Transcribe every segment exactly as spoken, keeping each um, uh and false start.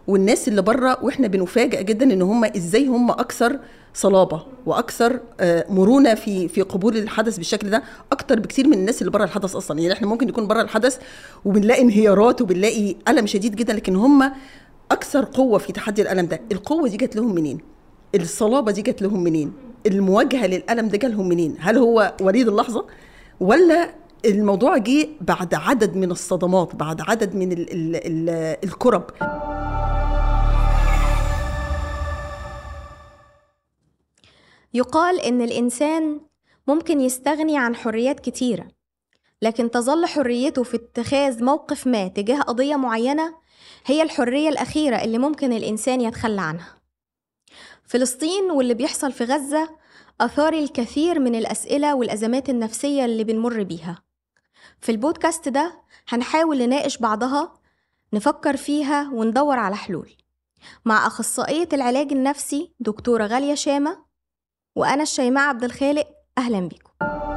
والناس اللي بره، واحنا بنفاجئ جدا ان هم ازاي هم اكثر صلابه واكثر مرونه في في قبول الحدث بالشكل ده اكتر بكتير من الناس اللي بره الحدث اصلا. يعني احنا ممكن نكون بره الحدث وبنلاقي انهيارات وبنلاقي الم شديد جدا، لكن هم اكثر قوه في تحدي الالم ده. القوه دي جت لهم منين؟ الصلابه دي جت لهم منين؟ المواجهه للالم ده جالهم منين؟ هل هو وليد اللحظه، ولا الموضوع جه بعد عدد من الصدمات، بعد عدد من ال ال ال الكرب؟ يقال إن الإنسان ممكن يستغني عن حريات كتيرة، لكن تظل حريته في اتخاذ موقف ما تجاه قضية معينة هي الحرية الأخيرة اللي ممكن الإنسان يتخلى عنها. فلسطين واللي بيحصل في غزة أثار الكثير من الأسئلة والأزمات النفسية اللي بنمر بيها. في البودكاست ده هنحاول نناقش بعضها، نفكر فيها وندور على حلول مع أخصائية العلاج النفسي دكتورة غالية شامة، وأنا الشيماء عبد الخالق. أهلا بيكم.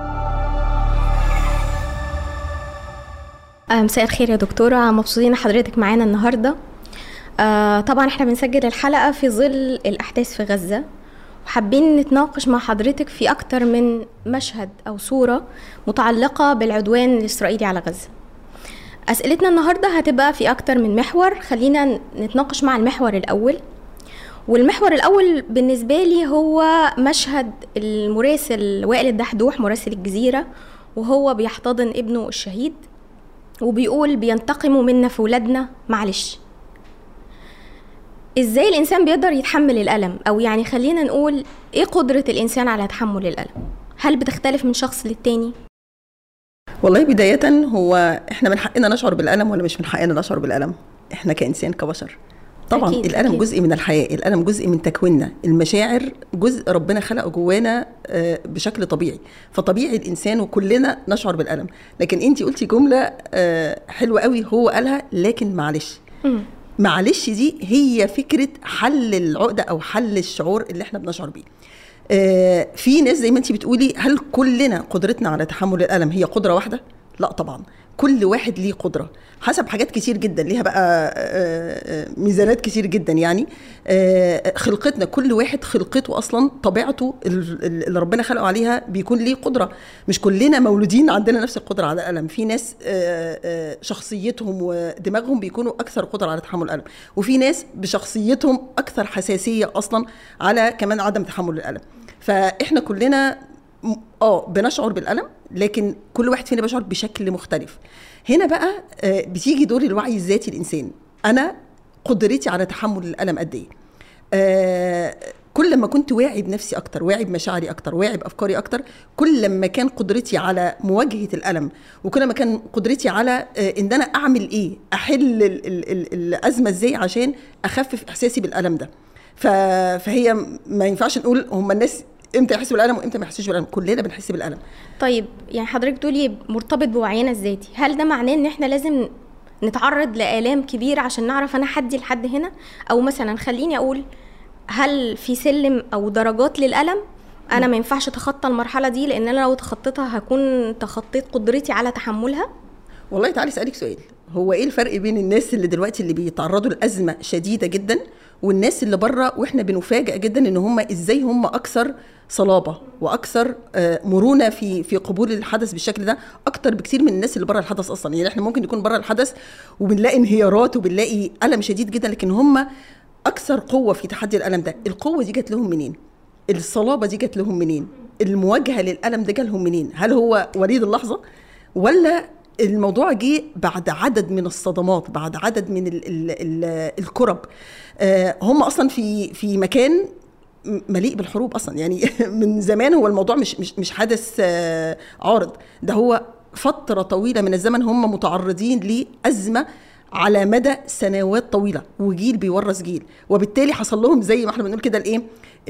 مساء الخير يا دكتورة، مبسوطين حضرتك معانا النهاردة. آه طبعا احنا بنسجل الحلقة في ظل الأحداث في غزة، وحابين نتناقش مع حضرتك في أكتر من مشهد أو صورة متعلقة بالعدوان الإسرائيلي على غزة. أسئلتنا النهاردة هتبقى في أكتر من محور، خلينا نتناقش مع المحور الأول. والمحور الأول بالنسبة لي هو مشهد المراسل وائل الدحدوح مراسل الجزيرة وهو بيحتضن ابنه الشهيد وبيقول بينتقموا منا في ولادنا، معلش. ازاي الإنسان بيقدر يتحمل الألم؟ أو يعني خلينا نقول ايه قدرة الإنسان على تحمل الألم؟ هل بتختلف من شخص للتاني؟ والله بداية هو احنا من حقنا نشعر بالألم ولا مش من حقنا نشعر بالألم؟ احنا كإنسان كبشر طبعا أكيد الألم أكيد. جزء من الحياة، الألم جزء من تكويننا، المشاعر جزء ربنا خلقه جوانا بشكل طبيعي، فطبيعي الإنسان وكلنا نشعر بالألم. لكن انتي قلتي جملة حلوة قوي هو قالها، لكن معلش م. معلش دي هي فكرة حل العقدة أو حل الشعور اللي احنا بنشعر بيه. في ناس زي ما انتي بتقولي، هل كلنا قدرتنا على تحمل الألم هي قدرة واحدة؟ لا طبعا، كل واحد ليه قدرة حسب حاجات كتير جدا، ليها بقى ميزانات كتير جدا. يعني خلقتنا كل واحد خلقته أصلا طبيعته اللي ربنا خلقه عليها بيكون ليه قدرة. مش كلنا مولودين عندنا نفس القدرة على الألم، في ناس شخصيتهم ودماغهم بيكونوا أكثر قدرة على تحمل الألم، وفي ناس بشخصيتهم أكثر حساسية أصلا على كمان عدم تحمل الألم. فإحنا كلنا اه بنشعر بالألم، لكن كل واحد فينا بيشعر بشكل مختلف. هنا بقى بتيجي دور الوعي الذاتي الإنسان. أنا قدرتي على تحمل الألم قد إيه؟ آه كل ما كنت واعي بنفسي أكتر، واعي بمشاعري أكتر، واعي بأفكاري أكتر، كل ما كان قدرتي على مواجهة الألم، وكل ما كان قدرتي على آه إن أنا أعمل إيه، أحل ال ال ال الأزمة إزاي عشان أخفف إحساسي بالألم ده. فهي ما ينفعش نقول هم الناس امتى يحسوا بالألم وامتى ما يحسوش بالألم، كلنا بنحس بالألم. طيب يعني حضرتك تقولي مرتبط بوعينا الذاتي، هل ده معناه ان احنا لازم نتعرض لآلام كبيرة عشان نعرف انا حدي لحد هنا؟ او مثلا خليني اقول، هل في سلم او درجات للألم انا ما ينفعش اتخطى المرحلة دي لان انا لو تخطيتها هكون تخطيت قدرتي على تحملها؟ والله تعالي اسالك سؤال، هو ايه الفرق بين الناس اللي دلوقتي اللي بيتعرضوا لأزمة شديدة جدا والناس اللي بره واحنا بنفاجئ جدا ان هم ازاي هم اكثر صلابة واكثر مرونة في في قبول الحدث بالشكل ده اكتر بكتير من الناس اللي بره الحدث اصلا؟ يعني احنا ممكن نكون بره الحدث وبنلاقي انهيارات وبنلاقي ألم شديد جدا، لكن هم اكثر قوة في تحدي الألم ده. القوة دي جت لهم منين؟ الصلابة دي جت لهم منين؟ المواجهة للألم ده جالهم منين؟ هل هو وليد اللحظة، ولا الموضوع جه بعد عدد من الصدمات، بعد عدد من ال ال ال الكرب؟ آه هم اصلا في في مكان مليء بالحروب اصلا، يعني من زمان. هو الموضوع مش مش مش حدث آه عارض، ده هو فتره طويله من الزمن هم متعرضين لازمه على مدى سنوات طويله، وجيل بيورث جيل، وبالتالي حصل لهم زي ما احنا بنقول كده الايه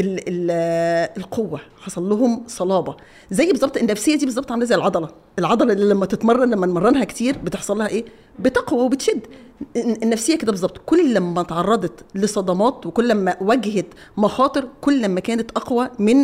القوه، حصل لهم صلابه. زي بالظبط النفسيه دي بالظبط عامله زي العضله، العضله اللي لما تتمرن لما نمرنها كتير بتحصل لها ايه؟ بتقوى وبتشد. النفسيه كده بالظبط، كل لما تعرضت لصدمات وكل لما واجهت مخاطر كل لما كانت اقوى من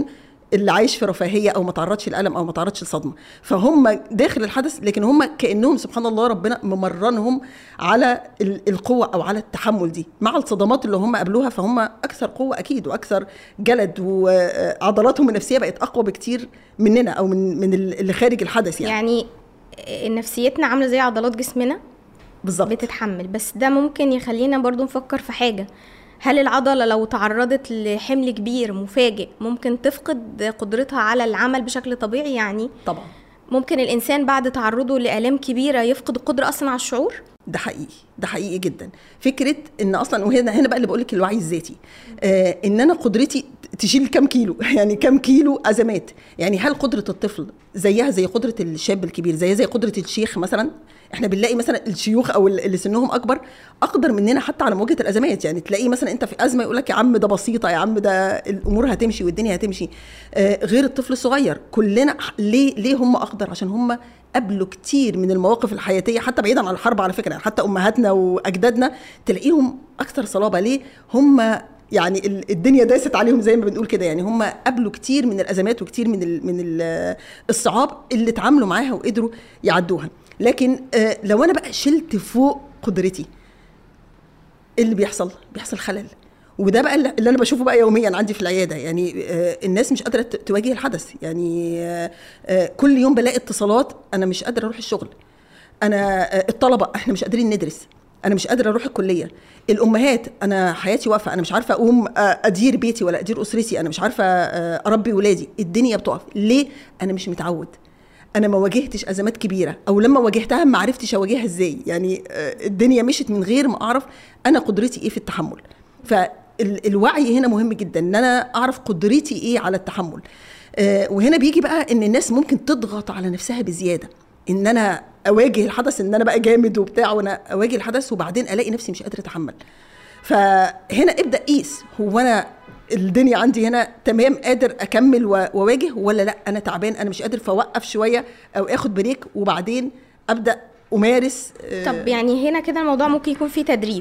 اللي عايش في رفاهيه او ما تعرضش للالم او ما تعرضش لصدمه. فهم داخل الحدث لكن هم كانهم سبحان الله ربنا ممرنهم على القوه او على التحمل دي مع الصدمات اللي هم قابلوها، فهم اكثر قوه اكيد واكثر جلد، وعضلاتهم النفسيه بقت اقوى بكتير مننا او من من اللي خارج الحدث. يعني يعني نفسيتنا عامله زي عضلات جسمنا بالظبط بتتحمل، بس ده ممكن يخلينا برضو نفكر في حاجه، هل العضلة لو تعرضت لحمل كبير مفاجئ ممكن تفقد قدرتها على العمل بشكل طبيعي؟ يعني طبعا ممكن الإنسان بعد تعرضه لآلام كبيرة يفقد القدرة أصلا على الشعور. ده حقيقي، ده حقيقي جدا. فكرة ان اصلا، وهنا هنا بقى اللي بقولك الوعي الذاتي، آه ان انا قدرتي تشيل كم كيلو يعني كم كيلو ازمات. يعني هل قدرة الطفل زيها زي قدرة الشاب الكبير، زيها زي قدرة الشيخ مثلا؟ احنا بنلاقي مثلا الشيوخ او اللي سنهم اكبر اقدر مننا حتى على مواجهه الازمات. يعني تلاقي مثلا انت في ازمه يقول لك يا عم ده بسيطه، يا عم ده الامور هتمشي والدنيا هتمشي. آه غير الطفل الصغير كلنا. ليه ليه هم اقدر؟ عشان هم قبلوا كتير من المواقف الحياتيه، حتى بعيدا عن الحرب على فكره. يعني حتى امهاتنا واجدادنا تلاقيهم اكثر صلابه. ليه؟ هم يعني الدنيا داست عليهم زي ما بنقول كده. يعني هم قبلوا كتير من الازمات وكتير من ال من ال الصعاب اللي اتعاملوا معاها وقدروا يعدوها. لكن آه لو انا بقى شلت فوق قدرتي، اللي بيحصل بيحصل خلل. وده بقى اللي انا بشوفه بقى يوميا عندي في العياده. يعني آه الناس مش قادره تواجه الحدث. يعني آه آه كل يوم بلاقي اتصالات، انا مش قادره اروح الشغل، انا آه الطلبه احنا مش قادرين ندرس، انا مش قادره اروح الكليه، الامهات انا حياتي واقفه، انا مش عارفه اقوم ادير بيتي ولا ادير اسرتي، انا مش عارفه اربي ولادي، الدنيا بتقف. ليه؟ انا مش متعود، انا ما واجهتش ازمات كبيره، او لما واجهتها ما عرفتش اواجهها ازاي. يعني الدنيا مشت من غير ما اعرف انا قدرتي ايه في التحمل. فالوعي هنا مهم جدا، ان انا اعرف قدرتي ايه على التحمل. وهنا بيجي بقى ان الناس ممكن تضغط على نفسها بزياده، ان انا اواجه الحدث، ان انا بقى جامد وبتاع، وانا اواجه الحدث وبعدين الاقي نفسي مش قادره اتحمل. فهنا ابدا قيس، هو انا الدنيا عندي هنا تمام قادر اكمل واواجه، ولا لا انا تعبان انا مش قادر، فوقف شويه او اخد بريك وبعدين ابدا امارس. طب يعني هنا كده الموضوع ممكن يكون فيه تدريب.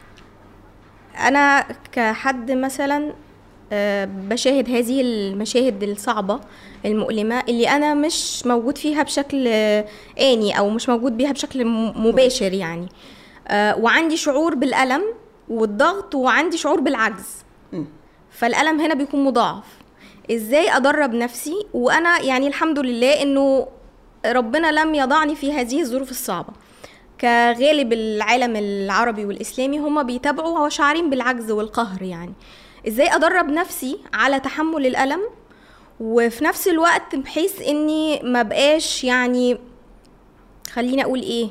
انا كحد مثلا بشاهد هذه المشاهد الصعبة المؤلمة اللي أنا مش موجود فيها بشكل آني أو مش موجود بيها بشكل مباشر، يعني وعندي شعور بالألم والضغط وعندي شعور بالعجز، فالألم هنا بيكون مضاعف. إزاي أدرب نفسي وأنا يعني الحمد لله إنه ربنا لم يضعني في هذه الظروف الصعبة؟ كغالب العالم العربي والإسلامي هم بيتابعوا وشعارين بالعجز والقهر. يعني ازاي ادرب نفسي على تحمل الالم وفي نفس الوقت بحيث اني ما بقاش يعني خليني اقول ايه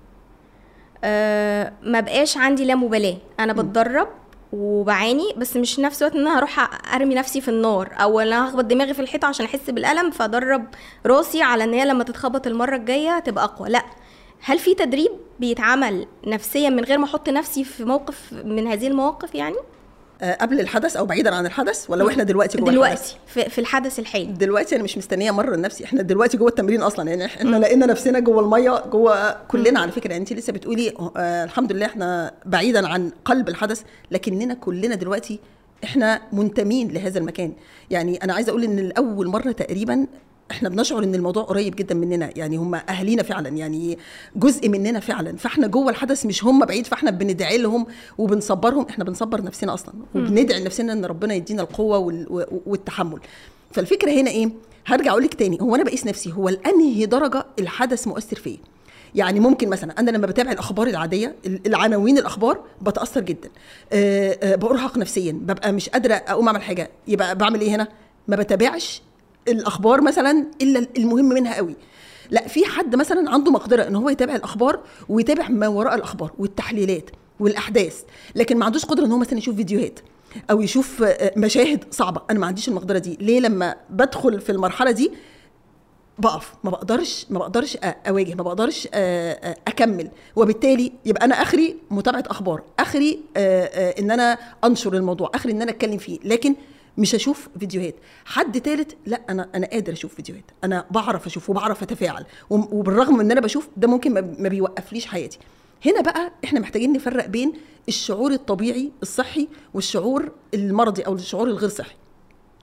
آه ما بقاش عندي لا مبالاة، انا بتدرب وبعاني بس مش نفس الوقت ان انا هروح ارمي نفسي في النار او انا هخبط دماغي في الحيطه عشان احس بالالم فادرب راسي على ان هي لما تتخبط المره الجايه تبقى اقوى. لا، هل في تدريب بيتعمل نفسيا من غير ما احط نفسي في موقف من هذه المواقف؟ يعني قبل الحدث او بعيدا عن الحدث، ولا واحنا دلوقتي جوه دلوقتي الحدث؟ في, في الحدث الحالي دلوقتي انا مش مستنيه امرن نفسي، احنا دلوقتي جوه التمرين اصلا. يعني احنا لقينا نفسنا جوه الميه جوه كلنا على فكره. يعني انت لسه بتقولي آه الحمد لله احنا بعيدا عن قلب الحدث، لكننا كلنا دلوقتي احنا منتمين لهذا المكان. يعني انا عايزه اقول ان الاول مره تقريبا احنا بنشعر ان الموضوع قريب جدا مننا. يعني هم اهالينا فعلا، يعني جزء مننا فعلا، فاحنا جوه الحدث مش هم بعيد، فاحنا بندعي لهم وبنصبرهم. احنا بنصبر نفسنا اصلا وبندعي لنفسنا ان ربنا يدينا القوه والتحمل. فالفكره هنا ايه؟ هرجع اقول لك تاني، هو انا بقيس نفسي هو لانهي درجه الحدث مؤثر فيا. يعني ممكن مثلا انا لما بتابع الاخبار العاديه، العناوين الاخبار بتاثر جدا، أه أه برهق نفسيا، ببقى مش قادره اقوم اعمل حاجه. يبقى بعمل ايه هنا؟ ما بتابعش الاخبار مثلا الا المهم منها قوي. لا، في حد مثلا عنده مقدره ان هو يتابع الاخبار ويتابع ما وراء الاخبار والتحليلات والاحداث، لكن ما عندوش قدره ان هو مثلا يشوف فيديوهات او يشوف مشاهد صعبه. انا ما عنديش المقدره دي. ليه؟ لما بدخل في المرحله دي بقف، ما بقدرش ما بقدرش اواجه، ما بقدرش اكمل، وبالتالي يبقى انا اخري متابعه اخبار، اخري ان انا انشر الموضوع، اخري ان انا اتكلم فيه، لكن مش هشوف فيديوهات. حد ثالث لا، انا انا قادر اشوف فيديوهات، انا بعرف اشوف وبعرف اتفاعل، وبالرغم من ان انا بشوف ده ممكن ما بيوقفليش حياتي. هنا بقى احنا محتاجين نفرق بين الشعور الطبيعي الصحي والشعور المرضي او الشعور الغير صحي.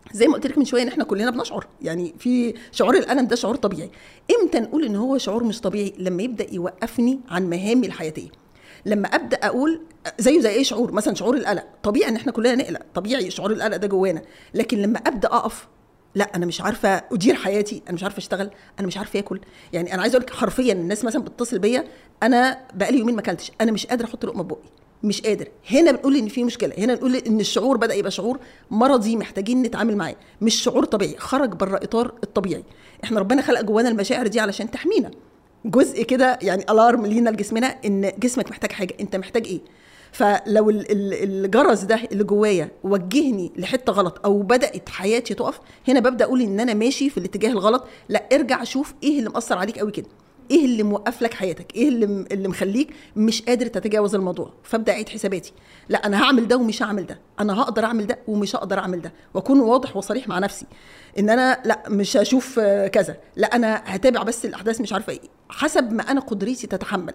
زي ما قلت لك من شويه ان احنا كلنا بنشعر، يعني في شعور الالم ده شعور طبيعي. امتى نقول ان هو شعور مش طبيعي؟ لما يبدا يوقفني عن مهامي الحياتيه، لما ابدا اقول زيه زي اي شعور، مثلا شعور القلق طبيعي ان احنا كلنا نقلق، طبيعي شعور القلق ده جوانا، لكن لما ابدا اقف، لا انا مش عارفه ادير حياتي، انا مش عارفه اشتغل، انا مش عارفه اكل. يعني انا عايزه اقول لك حرفيا الناس مثلا بتتصل بيا، انا بقالي يومين ما اكلتش، انا مش قادره احط لقمه بقي، مش قادر. هنا بنقول ان في مشكله، هنا نقول ان الشعور بدا يبقى شعور مرضي محتاجين نتعامل معاه، مش شعور طبيعي، خرج بره اطار الطبيعي. احنا ربنا خلق جوانا المشاعر دي علشان تحمينا، جزء كده يعني الارم لينا لجسمنا ان جسمك محتاج حاجه، انت محتاج ايه. فلو الجرس ده اللي جوايا وجهني لحته غلط او بدات حياتي تقف، هنا ببدا اقول ان انا ماشي في الاتجاه الغلط. لا ارجع شوف ايه اللي مأثر عليك قوي كده، ايه اللي موقف لك حياتك، ايه اللي اللي مخليك مش قادر تتجاوز الموضوع. فابدا اعيد حساباتي، لا انا هعمل ده ومش هعمل ده، انا هقدر اعمل ده ومش هقدر اعمل ده، واكون واضح وصريح مع نفسي ان انا لا مش هشوف كذا، لا انا هتابع بس الاحداث مش عارفه ايه، حسب ما انا قدرتي تتحمل.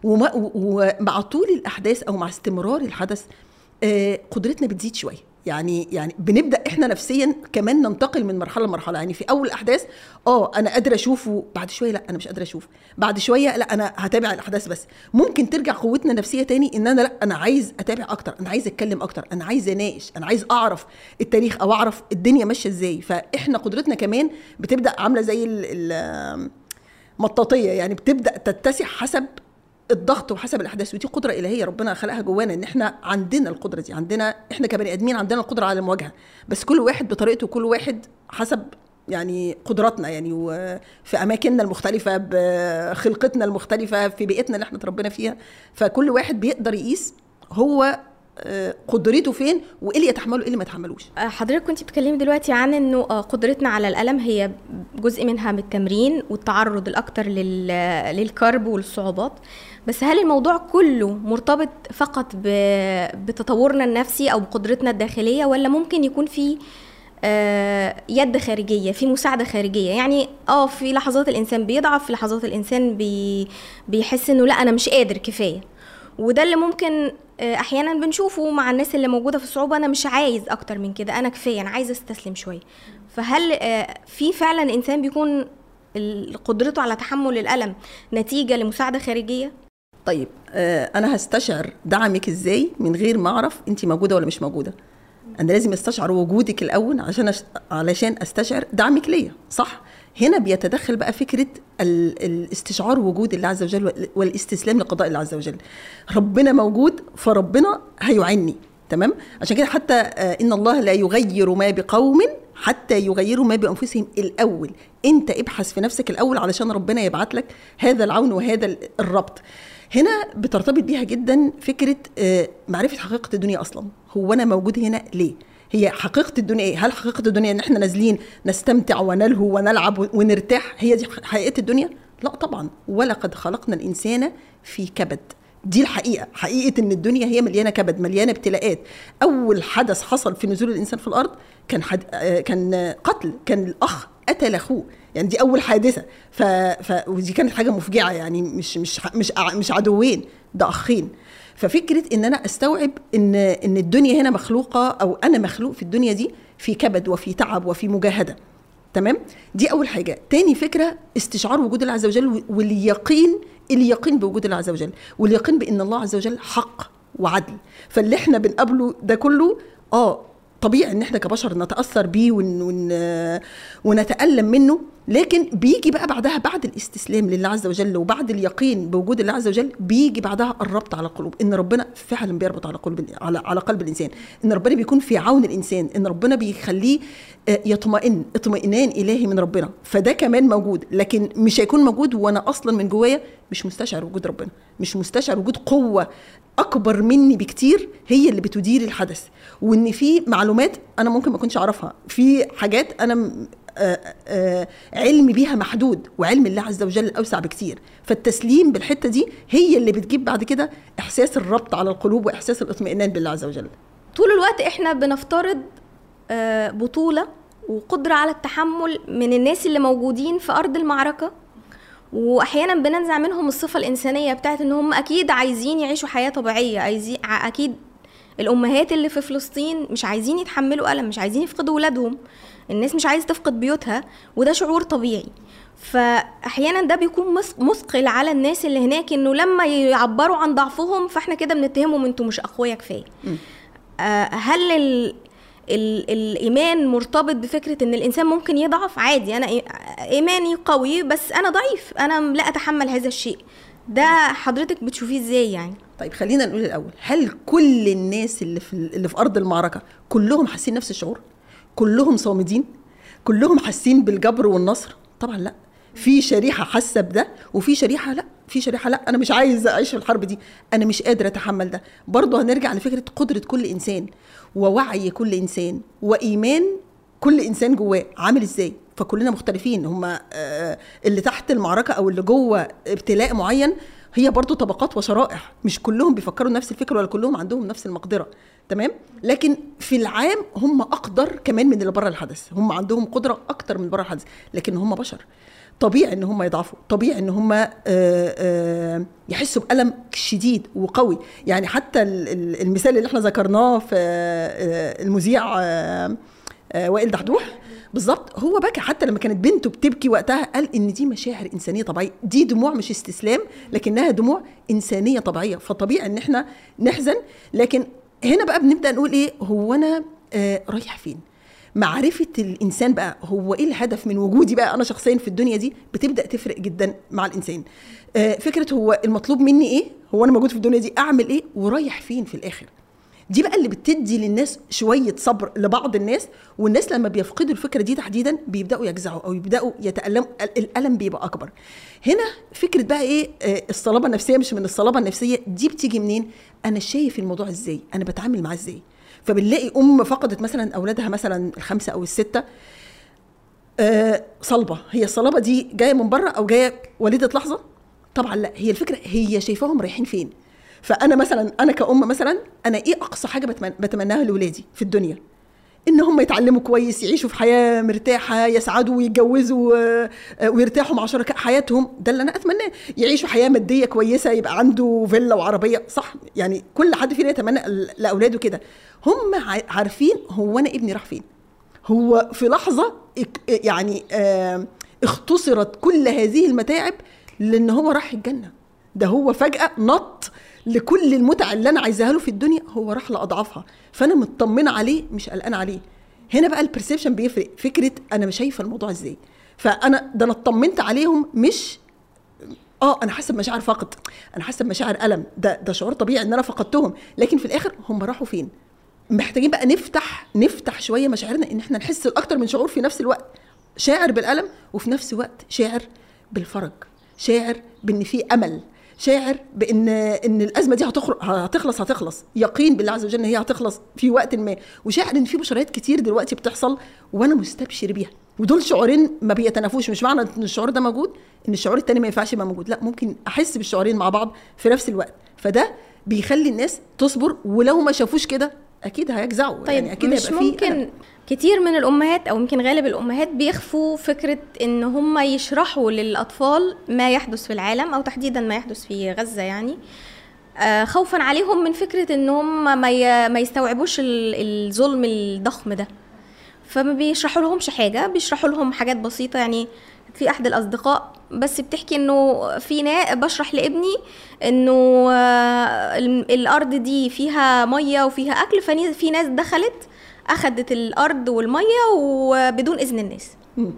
ومع طول الاحداث او مع استمرار الحدث قدرتنا بتزيد شويه، يعني يعني بنبدا احنا نفسيا كمان ننتقل من مرحله لمرحله. يعني في اول الاحداث اه انا قادره اشوفه، بعد شويه لا انا مش قادره اشوف، بعد شويه لا انا هتابع الاحداث بس. ممكن ترجع قوتنا النفسيه تاني ان انا لا انا عايز اتابع اكتر، انا عايز اتكلم اكتر، انا عايز اناقش، انا عايز اعرف التاريخ او اعرف الدنيا ماشيه ازاي. فاحنا قدرتنا كمان بتبدا عامله زي المطاطيه، يعني بتبدا تتسع حسب الضغط وحسب الاحداث. ودي قدره الهيه ربنا خلقها جوانا، ان احنا عندنا القدره دي، عندنا احنا كبني ادمين عندنا القدره على المواجهه، بس كل واحد بطريقته، كل واحد حسب يعني قدراتنا، يعني وفي اماكننا المختلفه، بخلقتنا المختلفه، في بيئتنا اللي احنا اتربينا فيها. فكل واحد بيقدر يقيس هو قدرته فين وايه اللي يتحمله وايه اللي ما يتحملوش. حضرتك كنت بتكلمي دلوقتي عن انه قدرتنا على الالم هي جزء منها من التمرين والتعرض الاكتر للكرب والصعوبات، بس هل الموضوع كله مرتبط فقط بتطورنا النفسي او بقدرتنا الداخليه، ولا ممكن يكون في يد خارجيه، في مساعده خارجيه؟ يعني اه في لحظات الانسان بيضعف، في لحظات الانسان بي بيحس انه لا انا مش قادر كفايه، وده اللي ممكن احيانا بنشوفه مع الناس اللي موجوده في الصعوبه، انا مش عايز اكتر من كده، انا كفايه، انا عايز استسلم شويه. فهل في فعلا انسان بيكون قدرته على تحمل الالم نتيجه لمساعده خارجيه؟ طيب انا هستشعر دعمك ازاي من غير ما اعرف انت موجوده ولا مش موجوده؟ انا لازم استشعر وجودك الاول عشان أش... علشان استشعر دعمك ليا، صح؟ هنا بيتدخل بقى فكرة الاستشعار وجود الله عز وجل والاستسلام لقضاء الله عز وجل. ربنا موجود فربنا هيعني، تمام؟ عشان كده حتى إن الله لا يغير ما بقوم حتى يغيروا ما بأنفسهم الأول. أنت ابحث في نفسك الأول علشان ربنا يبعت لك هذا العون وهذا الربط. هنا بترتبط بيها جدا فكرة معرفة حقيقة الدنيا أصلا. هو أنا موجود هنا ليه؟ هي حقيقة الدنيا ايه؟ هل حقيقة الدنيا ان احنا نازلين نستمتع ونلهو ونلعب ونرتاح؟ هي دي حقيقة الدنيا؟ لا طبعا. ولقد خلقنا الانسان في كبد. دي الحقيقة، حقيقة ان الدنيا هي مليانة كبد، مليانة ابتلاءات. اول حدث حصل في نزول الانسان في الارض كان حد... كان قتل، كان الاخ قتل اخوه، يعني دي اول حادثة. ف... ف... ودي كانت حاجة مفجعة، يعني مش مش مش مش عدوين، ده اخين. ففكرة ان انا استوعب ان ان الدنيا هنا مخلوقة او انا مخلوق في الدنيا دي في كبد وفي تعب وفي مجاهدة، تمام؟ دي اول حاجة. تاني فكرة استشعار وجود الله عز وجل واليقين، اليقين بوجود الله عز وجل واليقين بان الله عز وجل حق وعدل. فاللي احنا بنقابله ده كله اه طبيعي ان احنا كبشر نتأثر بيه ون ون ونتألم منه، لكن بيجي بقى بعدها بعد الاستسلام لله عز وجل وبعد اليقين بوجود الله عز وجل بيجي بعدها الربط على القلوب، ان ربنا فعلا بيربط على قلب على على قلب الانسان، ان ربنا بيكون في عون الانسان، ان ربنا بيخليه يطمئن اطمئنان الهي من ربنا. فده كمان موجود، لكن مش هيكون موجود وانا اصلا من جوايا مش مستشعر وجود ربنا، مش مستشعر وجود قوة اكبر مني بكتير هي اللي بتدير الحدث، وان في معلومات انا ممكن ما اكونش اعرفها، في حاجات انا آآ آآ علمي بيها محدود وعلم الله عز وجل اوسع بكتير. فالتسليم بالحته دي هي اللي بتجيب بعد كده احساس الربط على القلوب واحساس الاطمئنان بالله عز وجل. طول الوقت احنا بنفترض بطوله وقدره على التحمل من الناس اللي موجودين في ارض المعركه، واحيانا بننزع منهم الصفه الانسانيه بتاعت ان هم اكيد عايزين يعيشوا حياه طبيعيه، عايزين اكيد الامهات اللي في فلسطين مش عايزين يتحملوا الم، مش عايزين يفقدوا ولادهم، الناس مش عايزه تفقد بيوتها، وده شعور طبيعي. فاحيانا ده بيكون مثقل على الناس اللي هناك، انه لما يعبروا عن ضعفهم فاحنا كده بنتهمهم انتوا مش اقوياء كفايه. آه هل ال ال الايمان مرتبط بفكره ان الانسان ممكن يضعف؟ عادي، انا ايماني قوي بس انا ضعيف، انا لا اتحمل هذا الشيء. ده حضرتك بتشوفيه ازاي يعني؟ طيب خلينا نقول الاول، هل كل الناس اللي في اللي في ارض المعركه كلهم حاسين نفس الشعور؟ كلهم صامدين؟ كلهم حاسين بالجبر والنصر؟ طبعا لا. في شريحه حاسه بده وفي شريحه لا، في شريحه لا انا مش عايز اعيش في الحرب دي، انا مش قادره اتحمل ده. برضه هنرجع لفكره قدره كل انسان ووعي كل انسان وايمان كل انسان جواه عامل ازاي. فكلنا مختلفين. هم اللي تحت المعركه او اللي جوه ابتلاء معين هي برضو طبقات وشرائح، مش كلهم بيفكروا نفس الفكر ولا كلهم عندهم نفس المقدره، تمام؟ لكن في العام هم اقدر كمان من اللي بره الحدث، هم عندهم قدره اكتر من بره الحدث، لكن هم بشر، طبيعي ان هم يضعفوا، طبيعي ان هم يحسوا بألم شديد وقوي. يعني حتى المثال اللي احنا ذكرناه في المذيع وائل دحدوح بالظبط، هو بكى حتى لما كانت بنته بتبكي وقتها، قال ان دي مشاعر انسانيه طبيعيه، دي دموع مش استسلام لكنها دموع انسانيه طبيعيه، فطبيعي ان احنا نحزن. لكن هنا بقى بنبدا نقول ايه، هو انا آه رايح فين؟ معرفه الانسان بقى هو ايه الهدف من وجودي بقى انا شخصيا في الدنيا دي بتبدا تفرق جدا مع الانسان. آه فكره هو المطلوب مني ايه، هو انا موجود في الدنيا دي اعمل ايه ورايح فين في الاخر. دي بقى اللي بتدي للناس شوية صبر، لبعض الناس. والناس لما بيفقدوا الفكرة دي تحديدا بيبدأوا يجزعوا أو يبدأوا يتألموا، الألم بيبقى أكبر. هنا فكرة بقى إيه، الصلابة النفسية مش من الصلابة النفسية دي بتيجي منين؟ أنا شايف الموضوع إزاي، أنا بتعامل معاه إزاي. فبنلاقي أم فقدت مثلا أولادها مثلا الخمسة أو الستة آه صلبة، هي الصلابة دي جاية من بره أو جاية وليدة لحظة؟ طبعا لا، هي الفكرة هي شايفاهم رايحين فين. فأنا مثلا أنا كأم مثلا أنا إيه أقصى حاجة بتمناها لولادي في الدنيا؟ إن هم يتعلموا كويس، يعيشوا في حياة مرتاحة، يسعدوا ويتجوزوا ويرتاحوا مع شركاء حياتهم، ده اللي أنا أتمناه. يعيشوا حياة مادية كويسة، يبقى عنده فيلا وعربية، صح؟ يعني كل حد فينا يتمنى لأولاده كده. هم عارفين هو أنا ابني راح فين. هو في لحظة يعني اختصرت كل هذه المتاعب لأن هو راح الجنة. ده هو فجأة نط لكل المتعة اللي أنا عايزاها له في الدنيا، هو راح لأضعافها، فأنا مطمنة عليه مش قلقان عليه. هنا بقى البرسيبشن بيفرق، فكرة أنا مش شايفة الموضوع إزاي. فأنا ده أنا اطمنت عليهم، مش آه أنا حاسة بمشاعر فقد، أنا حاسة بمشاعر ألم، ده ده شعور طبيعي إن أنا فقدتهم، لكن في الآخر هم راحوا فين. محتاجين بقى نفتح نفتح شوية مشاعرنا، إن إحنا نحس الأكتر من شعور في نفس الوقت، شاعر بالألم وفي نفس الوقت شاعر بالفرج، شاعر بإن في أمل، شاعر بان ان الازمه دي هتخلص هتخلص يقين بالله عز وجل ان هي هتخلص في وقت ما، وشاعر ان في بشريات كتير دلوقتي بتحصل وانا مستبشر بيها. ودول شعورين ما بيتنافوش، مش معنى ان الشعور ده موجود ان الشعور التاني ما ينفعش يبقى موجود، لا، ممكن احس بالشعورين مع بعض في نفس الوقت. فده بيخلي الناس تصبر، ولو ما شافوش كده اكيد هيجزعوا. طيب يعني اكيد مش ممكن ألم. كتير من الامهات او يمكن غالب الامهات بيخفوا فكره ان هم يشرحوا للاطفال ما يحدث في العالم او تحديدا ما يحدث في غزه، يعني آه خوفا عليهم من فكره ان هم ما ما يستوعبوش الظلم الضخم ده، فما بيشرحوا لهمش حاجه، بيشرحوا لهم حاجات بسيطه. يعني في احد الاصدقاء بس بتحكي انه في ناس بشرح لابني انه آه الارض دي فيها ميه وفيها اكل، ففي ناس دخلت اخدت الارض والميه وبدون اذن الناس،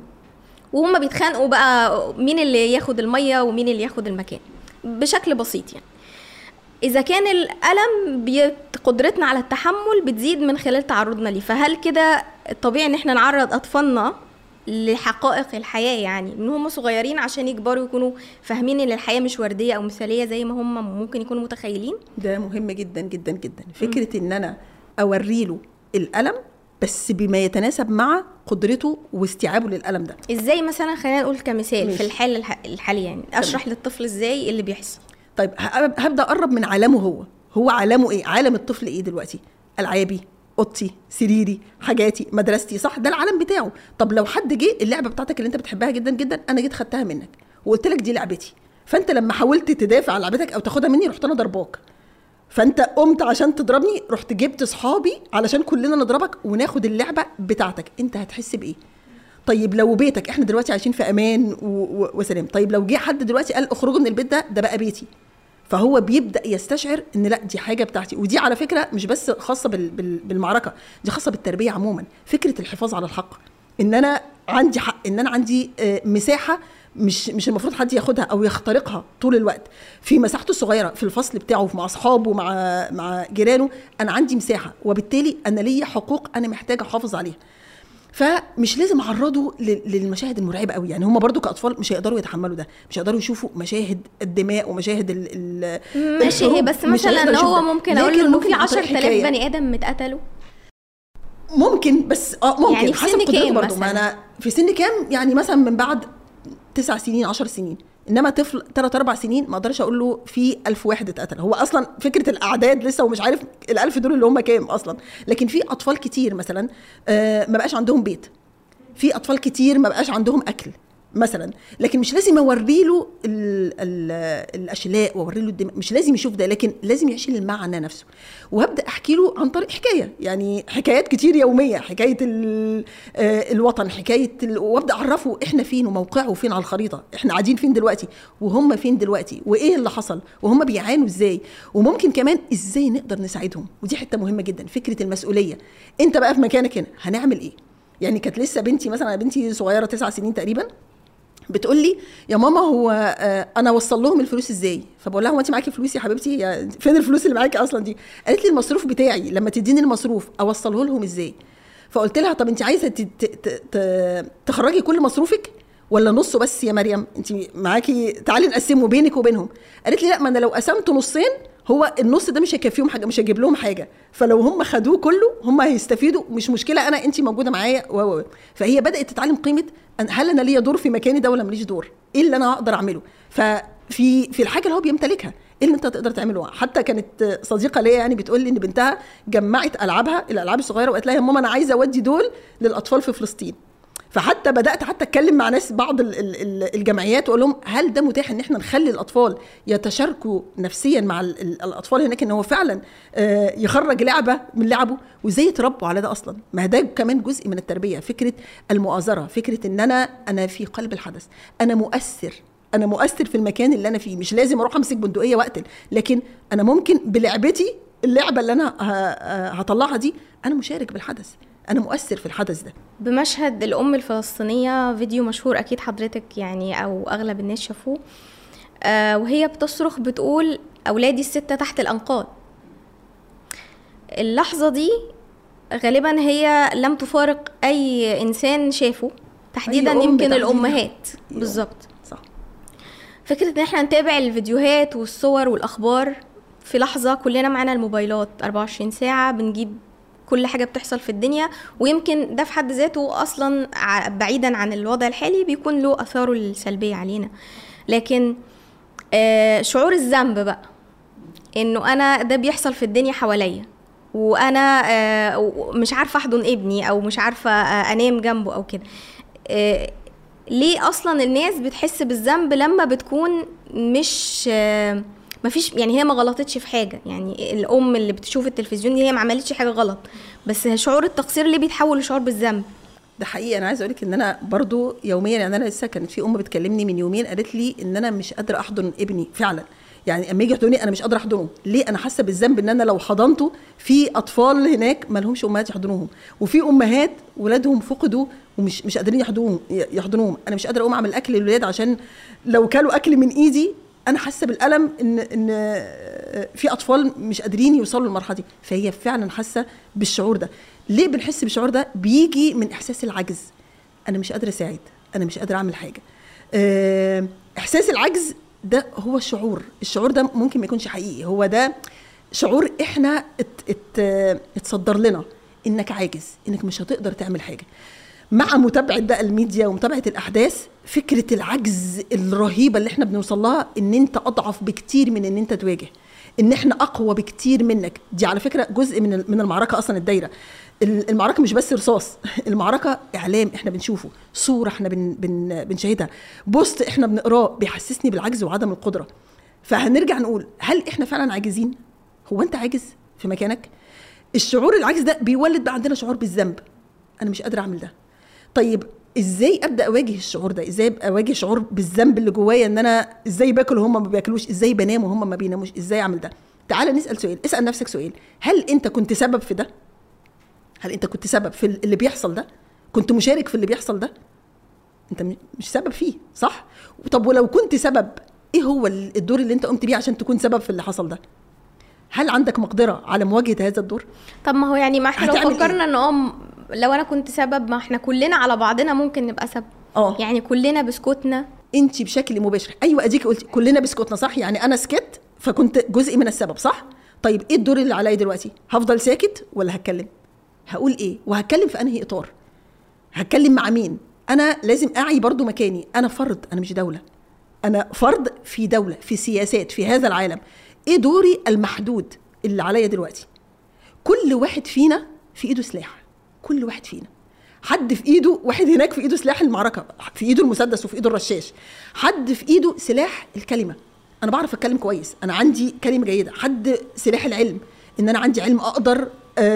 وهم بيتخانقوا بقى مين اللي ياخد الميه ومين اللي ياخد المكان بشكل بسيط. يعني اذا كان الالم قدرتنا على التحمل بتزيد من خلال تعرضنا ليه، فهل كده الطبيعي ان احنا نعرض اطفالنا لحقائق الحياه، يعني من هم صغيرين عشان يكبروا يكونوا فاهمين ان الحياه مش ورديه او مثاليه زي ما هم ممكن يكونوا متخيلين؟ ده مهم جدا جدا جدا. فكره م. ان انا اوريله الألم بس بما يتناسب مع قدرته واستيعابه للألم ده. ازاي مثلا؟ خلينا نقول كمثال مش. في الحال الحالي يعني اشرح للطفل ازاي اللي بيحصل. طيب هبدأ اقرب من عالمه. هو هو عالمه ايه؟ عالم الطفل ايه دلوقتي؟ العابي، اوضتي، سريري، حاجاتي، مدرستي، صح؟ ده العالم بتاعه. طب لو حد جه اللعبه بتاعتك اللي انت بتحبها جدا جدا انا جيت خدتها منك وقلت لك دي لعبتي، فانت لما حاولت تدافع عن لعبتك او تاخدها مني رحت انا ضرباك، فانت قمت عشان تضربني، رحت جبت صحابي علشان كلنا نضربك وناخد اللعبه بتاعتك، انت هتحس بايه؟ طيب لو بيتك، احنا دلوقتي عايشين في امان و... و... وسلام، طيب لو جه حد دلوقتي قال اخرجوا من البيت ده، ده بقى بيتي، فهو بيبدا يستشعر ان لا دي حاجه بتاعتي. ودي على فكره مش بس خاصه بال... بال... بالمعركه، دي خاصه بالتربيه عموما، فكره الحفاظ على الحق، ان انا عندي حق، ان انا عندي مساحه مش مش المفروض حد ياخدها او يخترقها طول الوقت في مساحته الصغيره، في الفصل بتاعه، مع اصحابه، مع مع جيرانه، انا عندي مساحه، وبالتالي انا ليا حقوق انا محتاجه احافظ عليها. فمش لازم اعرضه للمشاهد المرعبه قوي، يعني هم برضو كاطفال مش هيقدروا يتحملوا ده، مش هيقدروا يشوفوا مشاهد الدماء ومشاهد ال ماشي. هي بس مثلا هو ممكن اقول له انه في عشرة آلاف بني ادم متقتلوا، ممكن، بس اه ممكن يعني حسب قدرته برضو. ما انا في سن كام؟ يعني مثلا من بعد تسع سنين عشر سنين، انما طفل ثلاث اربع سنين ما اقدرش اقول له في ألف واحد اتقتل. هو اصلا فكره الاعداد لسه ومش عارف الألف دول اللي هم كام اصلا. لكن في اطفال كتير مثلا آه ما بقاش عندهم بيت، في اطفال كتير ما بقاش عندهم اكل مثلا، لكن مش لازم اوري له الاشلاء واوري له الدماء، مش لازم يشوف ده، لكن لازم يعيش المعنى نفسه. وهبدا احكي له عن طريق حكايه، يعني حكايات كتير يوميه، حكايه الوطن، حكايه ال... وابدا اعرفه احنا فين وموقعه فين على الخريطه، احنا قاعدين فين دلوقتي وهم فين دلوقتي، وايه اللي حصل وهم بيعانوا ازاي، وممكن كمان ازاي نقدر نساعدهم. ودي حته مهمه جدا، فكره المسؤوليه. انت بقى في مكانك هنا هنعمل ايه؟ يعني كانت لسه بنتي مثلا، بنتي صغيره تسع سنين تقريبا، بتقول لي يا ماما هو انا اوصل لهم الفلوس ازاي؟ فبقول لها هو انت معاكي فلوس يا حبيبتي؟ فين الفلوس اللي معاكي اصلا دي؟ قالت لي المصروف بتاعي، لما تديني المصروف اوصله لهم ازاي؟ فقلت لها طب انت عايزه تخرجي كل مصروفك ولا نصه بس يا مريم؟ انت معاكي، تعالي نقسمه بينك وبينهم. قالت لي لا، ما انا لو قسمته نصين هو النص ده مش هيكفيهم حاجه، مش هيجيب لهم حاجه، فلو هم خدوه كله هم هيستفيدوا، مش مشكله انا انت موجوده معايا. و فهي بدات تتعلم قيمه هل انا ليا دور في مكاني ده ولا ماليش دور، ايه اللي انا اقدر اعمله. ففي في الحاجه اللي هو بيمتلكها ايه اللي انت تقدر تعمله. حتى كانت صديقه ليا يعني بتقول لي ان بنتها جمعت العابها، الالعاب الصغيره، وقالت لها يا ماما انا عايزه اودي دول للاطفال في فلسطين. فحتى بدات حتى اتكلم مع ناس بعض الجمعيات واقول لهم هل ده متاح ان احنا نخلي الاطفال يتشاركوا نفسيا مع الاطفال هناك، ان هو فعلا يخرج لعبه من لعبه، وازاي يتربوا على ده اصلا. ما ده كمان جزء من التربيه، فكره المؤازره، فكره ان انا انا في قلب الحدث، انا مؤثر، انا مؤثر في المكان اللي انا فيه. مش لازم اروح امسك بندقيه واقتل، لكن انا ممكن بلعبتي، اللعبه اللي انا هطلعها دي، انا مشارك بالحدث، أنا مؤثر في الحدث ده. بمشهد الأم الفلسطينية، فيديو مشهور أكيد حضرتك يعني أو أغلب الناس شافوه، آه وهي بتصرخ بتقول أولادي الستة تحت الأنقاض. اللحظة دي غالبا هي لم تفارق أي إنسان شافه، تحديدا يمكن الأمهات بالظبط. صح. فكرة إن احنا نتابع الفيديوهات والصور والأخبار في لحظة، كلنا معنا الموبايلات أربعة وعشرين ساعة، بنجيب كل حاجة بتحصل في الدنيا، ويمكن ده في حد ذاته أصلا بعيدا عن الوضع الحالي بيكون له أثاره السلبية علينا. لكن آه شعور الذنب بقى، إنه أنا ده بيحصل في الدنيا حواليا، وأنا آه مش عارفة أحضن ابني أو مش عارفة آه أنام جنبه أو كده. آه ليه أصلا الناس بتحس بالذنب لما بتكون مش آه ما فيش، يعني هي ما غلطتش في حاجة، يعني الأم اللي بتشوف التلفزيون دي هي ما عملتش حاجة غلط، بس شعور التقصير اللي بيتحول لشعور بالذنب. ده حقيقي. أنا عايزة أقولك إن أنا برضو يوميا، يعني أنا لسه كانت في أم بتكلمني من يومين قالت لي إن أنا مش قادرة أحضن ابني فعلا، يعني أما يجي يحضني أنا مش قادرة أحضنه. ليه؟ أنا حاسة بالذنب إن أنا لو حضنته في أطفال هناك ما لهمش أمهات يحضنوهم، وفي أمهات ولادهم فقدوا ومش مش قادرين يحضنوهم يحضنوهم أنا مش قادرة أقوم أعمل أكل للولاد عشان لو كلوا أكل من إيدي أنا حاسة بالألم إن إن في أطفال مش قادرين يوصلوا للمرحلة دي. فهي فعلا حاسة بالشعور ده. ليه بنحس بالشعور ده؟ بيجي من إحساس العجز، أنا مش قادرة أساعد، أنا مش قادرة أعمل حاجة. إحساس العجز ده هو الشعور، الشعور ده ممكن ما يكونش حقيقي، هو ده شعور إحنا ات ات اتصدر لنا إنك عاجز، إنك مش هتقدر تعمل حاجة. مع متابعة بقى الميديا ومتابعة الأحداث، فكرة العجز الرهيبة اللي احنا بنوصل لها، ان انت أضعف بكتير من ان انت تواجه، ان احنا أقوى بكتير منك. دي على فكرة جزء من من المعركة أصلا. الدايرة المعركة مش بس رصاص، المعركة إعلام احنا بنشوفه، صورة احنا بن بن بنشاهدها، بوست احنا بنقراه بيحسسني بالعجز وعدم القدرة. فهنرجع نقول هل احنا فعلا عاجزين؟ هو انت عاجز في مكانك؟ الشعور العاجز ده بيولد بقى عندنا شعور بالذنب، انا مش قادره اعمل ده. طيب ازاي ابدا اواجه الشعور ده؟ ازاي ابقى اواجه شعور بالذنب اللي جوايا، ان انا ازاي باكل وهم ما بياكلوش، ازاي بنام وهم ما بيناموش، ازاي اعمل ده؟ تعال نسال سؤال، اسال نفسك سؤال، هل انت كنت سبب في ده؟ هل انت كنت سبب في اللي بيحصل ده؟ كنت مشارك في اللي بيحصل ده؟ انت مش سبب فيه، صح؟ طب ولو كنت سبب، ايه هو الدور اللي انت قمت بيه عشان تكون سبب في اللي حصل ده؟ هل عندك مقدره على مواجهه هذا الدور؟ طب ما هو يعني ما احنا لو فكرنا ان اه لو انا كنت سبب، ما احنا كلنا على بعضنا ممكن نبقى سبب. اه يعني كلنا بسكوتنا. انت بشكل مباشر، ايوه اديكي قلتي كلنا بسكوتنا، صح؟ يعني انا سكت فكنت جزء من السبب، صح؟ طيب ايه الدور اللي عليا دلوقتي؟ هفضل ساكت ولا هتكلم؟ هقول ايه؟ وهتكلم في انهي اطار؟ هتكلم مع مين؟ انا لازم اعي برضو مكاني، انا فرد، انا مش دولة، انا فرد في دولة، في سياسات، في هذا العالم. ايه دوري المحدود اللي عليا دلوقتي؟ كل واحد فينا في ايده سلاح، كل واحد فينا، حد في ايده، واحد هناك في ايده سلاح المعركة، في ايده المسدس وفي ايده الرشاش، حد في ايده سلاح الكلمة، انا بعرف اتكلم كويس، انا عندي كلمة جيدة، حد سلاح العلم، ان انا عندي علم اقدر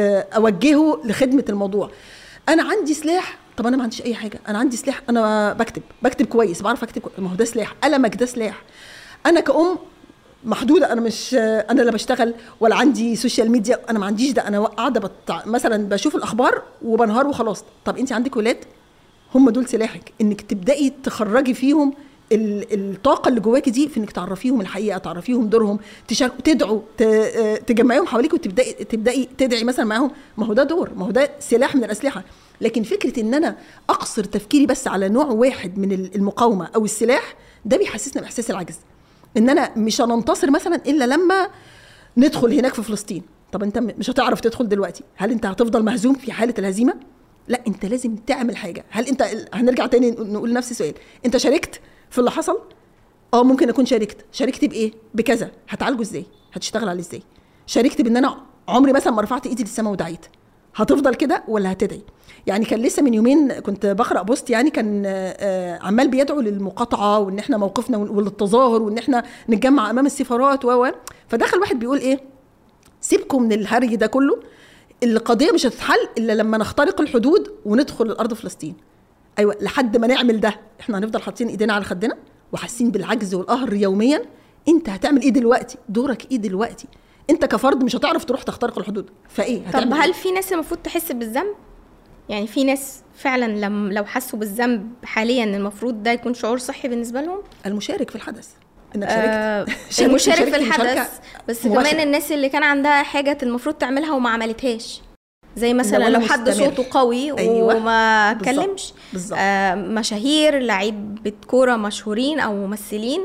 اوجهه لخدمة الموضوع، انا عندي سلاح. طب انا ما عنديش اي حاجه، انا عندي سلاح، انا بكتب بكتب كويس، بعرف اكتب كويس. ما هو ده سلاح، قلمك ده سلاح. انا كأم محدوده، انا مش انا لا بشتغل ولا عندي سوشيال ميديا، انا ما عنديش ده، انا قاعده بتع... مثلا بشوف الاخبار وبنهار وخلاص. طب انت عندك ولاد، هم دول سلاحك، انك تبداي تخرجي فيهم الطاقه اللي جواكي دي، في انك تعرفيهم الحقيقه، تعرفيهم دورهم، تشاركوا، تدعوا، تجمعيهم حواليك وتبداي تبداي تدعي مثلا معاهم. ما هو ده دور، ما هو ده سلاح من الاسلحه. لكن فكره ان انا اقصر تفكيري بس على نوع واحد من المقاومه او السلاح، ده بيحسسنا باحساس العجز، ان انا مش هننتصر مثلا الا لما ندخل هناك في فلسطين. طب انت مش هتعرف تدخل دلوقتي، هل انت هتفضل مهزوم في حاله الهزيمه؟ لا، انت لازم تعمل حاجه. هل انت، هنرجع تاني نقول نفس السؤال، انت شاركت في اللي حصل؟ اه ممكن اكون شاركت. شاركت بايه؟ بكذا. هتعالجه ازاي؟ هتشتغل عليه ازاي؟ شاركت بان انا عمري مثلا ما رفعت ايدي للسماء ودعيت، هتفضل كده ولا هتدعي؟ يعني كان لسه من يومين كنت بقرأ بوست، يعني كان عمال بيدعو للمقاطعة، وان احنا موقفنا وللتظاهر، وان احنا نتجمع امام السفارات و فدخل واحد بيقول ايه، سيبكم من الهري ده كله، القضية مش هتتحل الا لما نخترق الحدود وندخل الارض فلسطين. ايوه، لحد ما نعمل ده احنا هنفضل حاطين ايدينا على خدنا وحاسين بالعجز والقهر يوميا. انت هتعمل ايه دلوقتي؟ دورك ايه دلوقتي؟ انت كفرد مش هتعرف تروح تخترق الحدود، فايه هتعمل؟ طب هل في ناس المفروض تحس بالذنب؟ يعني في ناس فعلا لم لو حسوا بالذنب حاليا المفروض ده يكون شعور صحي بالنسبه لهم؟ المشارك في الحدث، انك شاركت. آه المشارك في الحدث، بس مباشر. كمان الناس اللي كان عندها حاجه المفروض تعملها وما عملتهاش، زي مثلا لو حد صوته قوي. أيوة. وما اتكلمش. آه مشاهير، لعيبه كوره مشهورين او ممثلين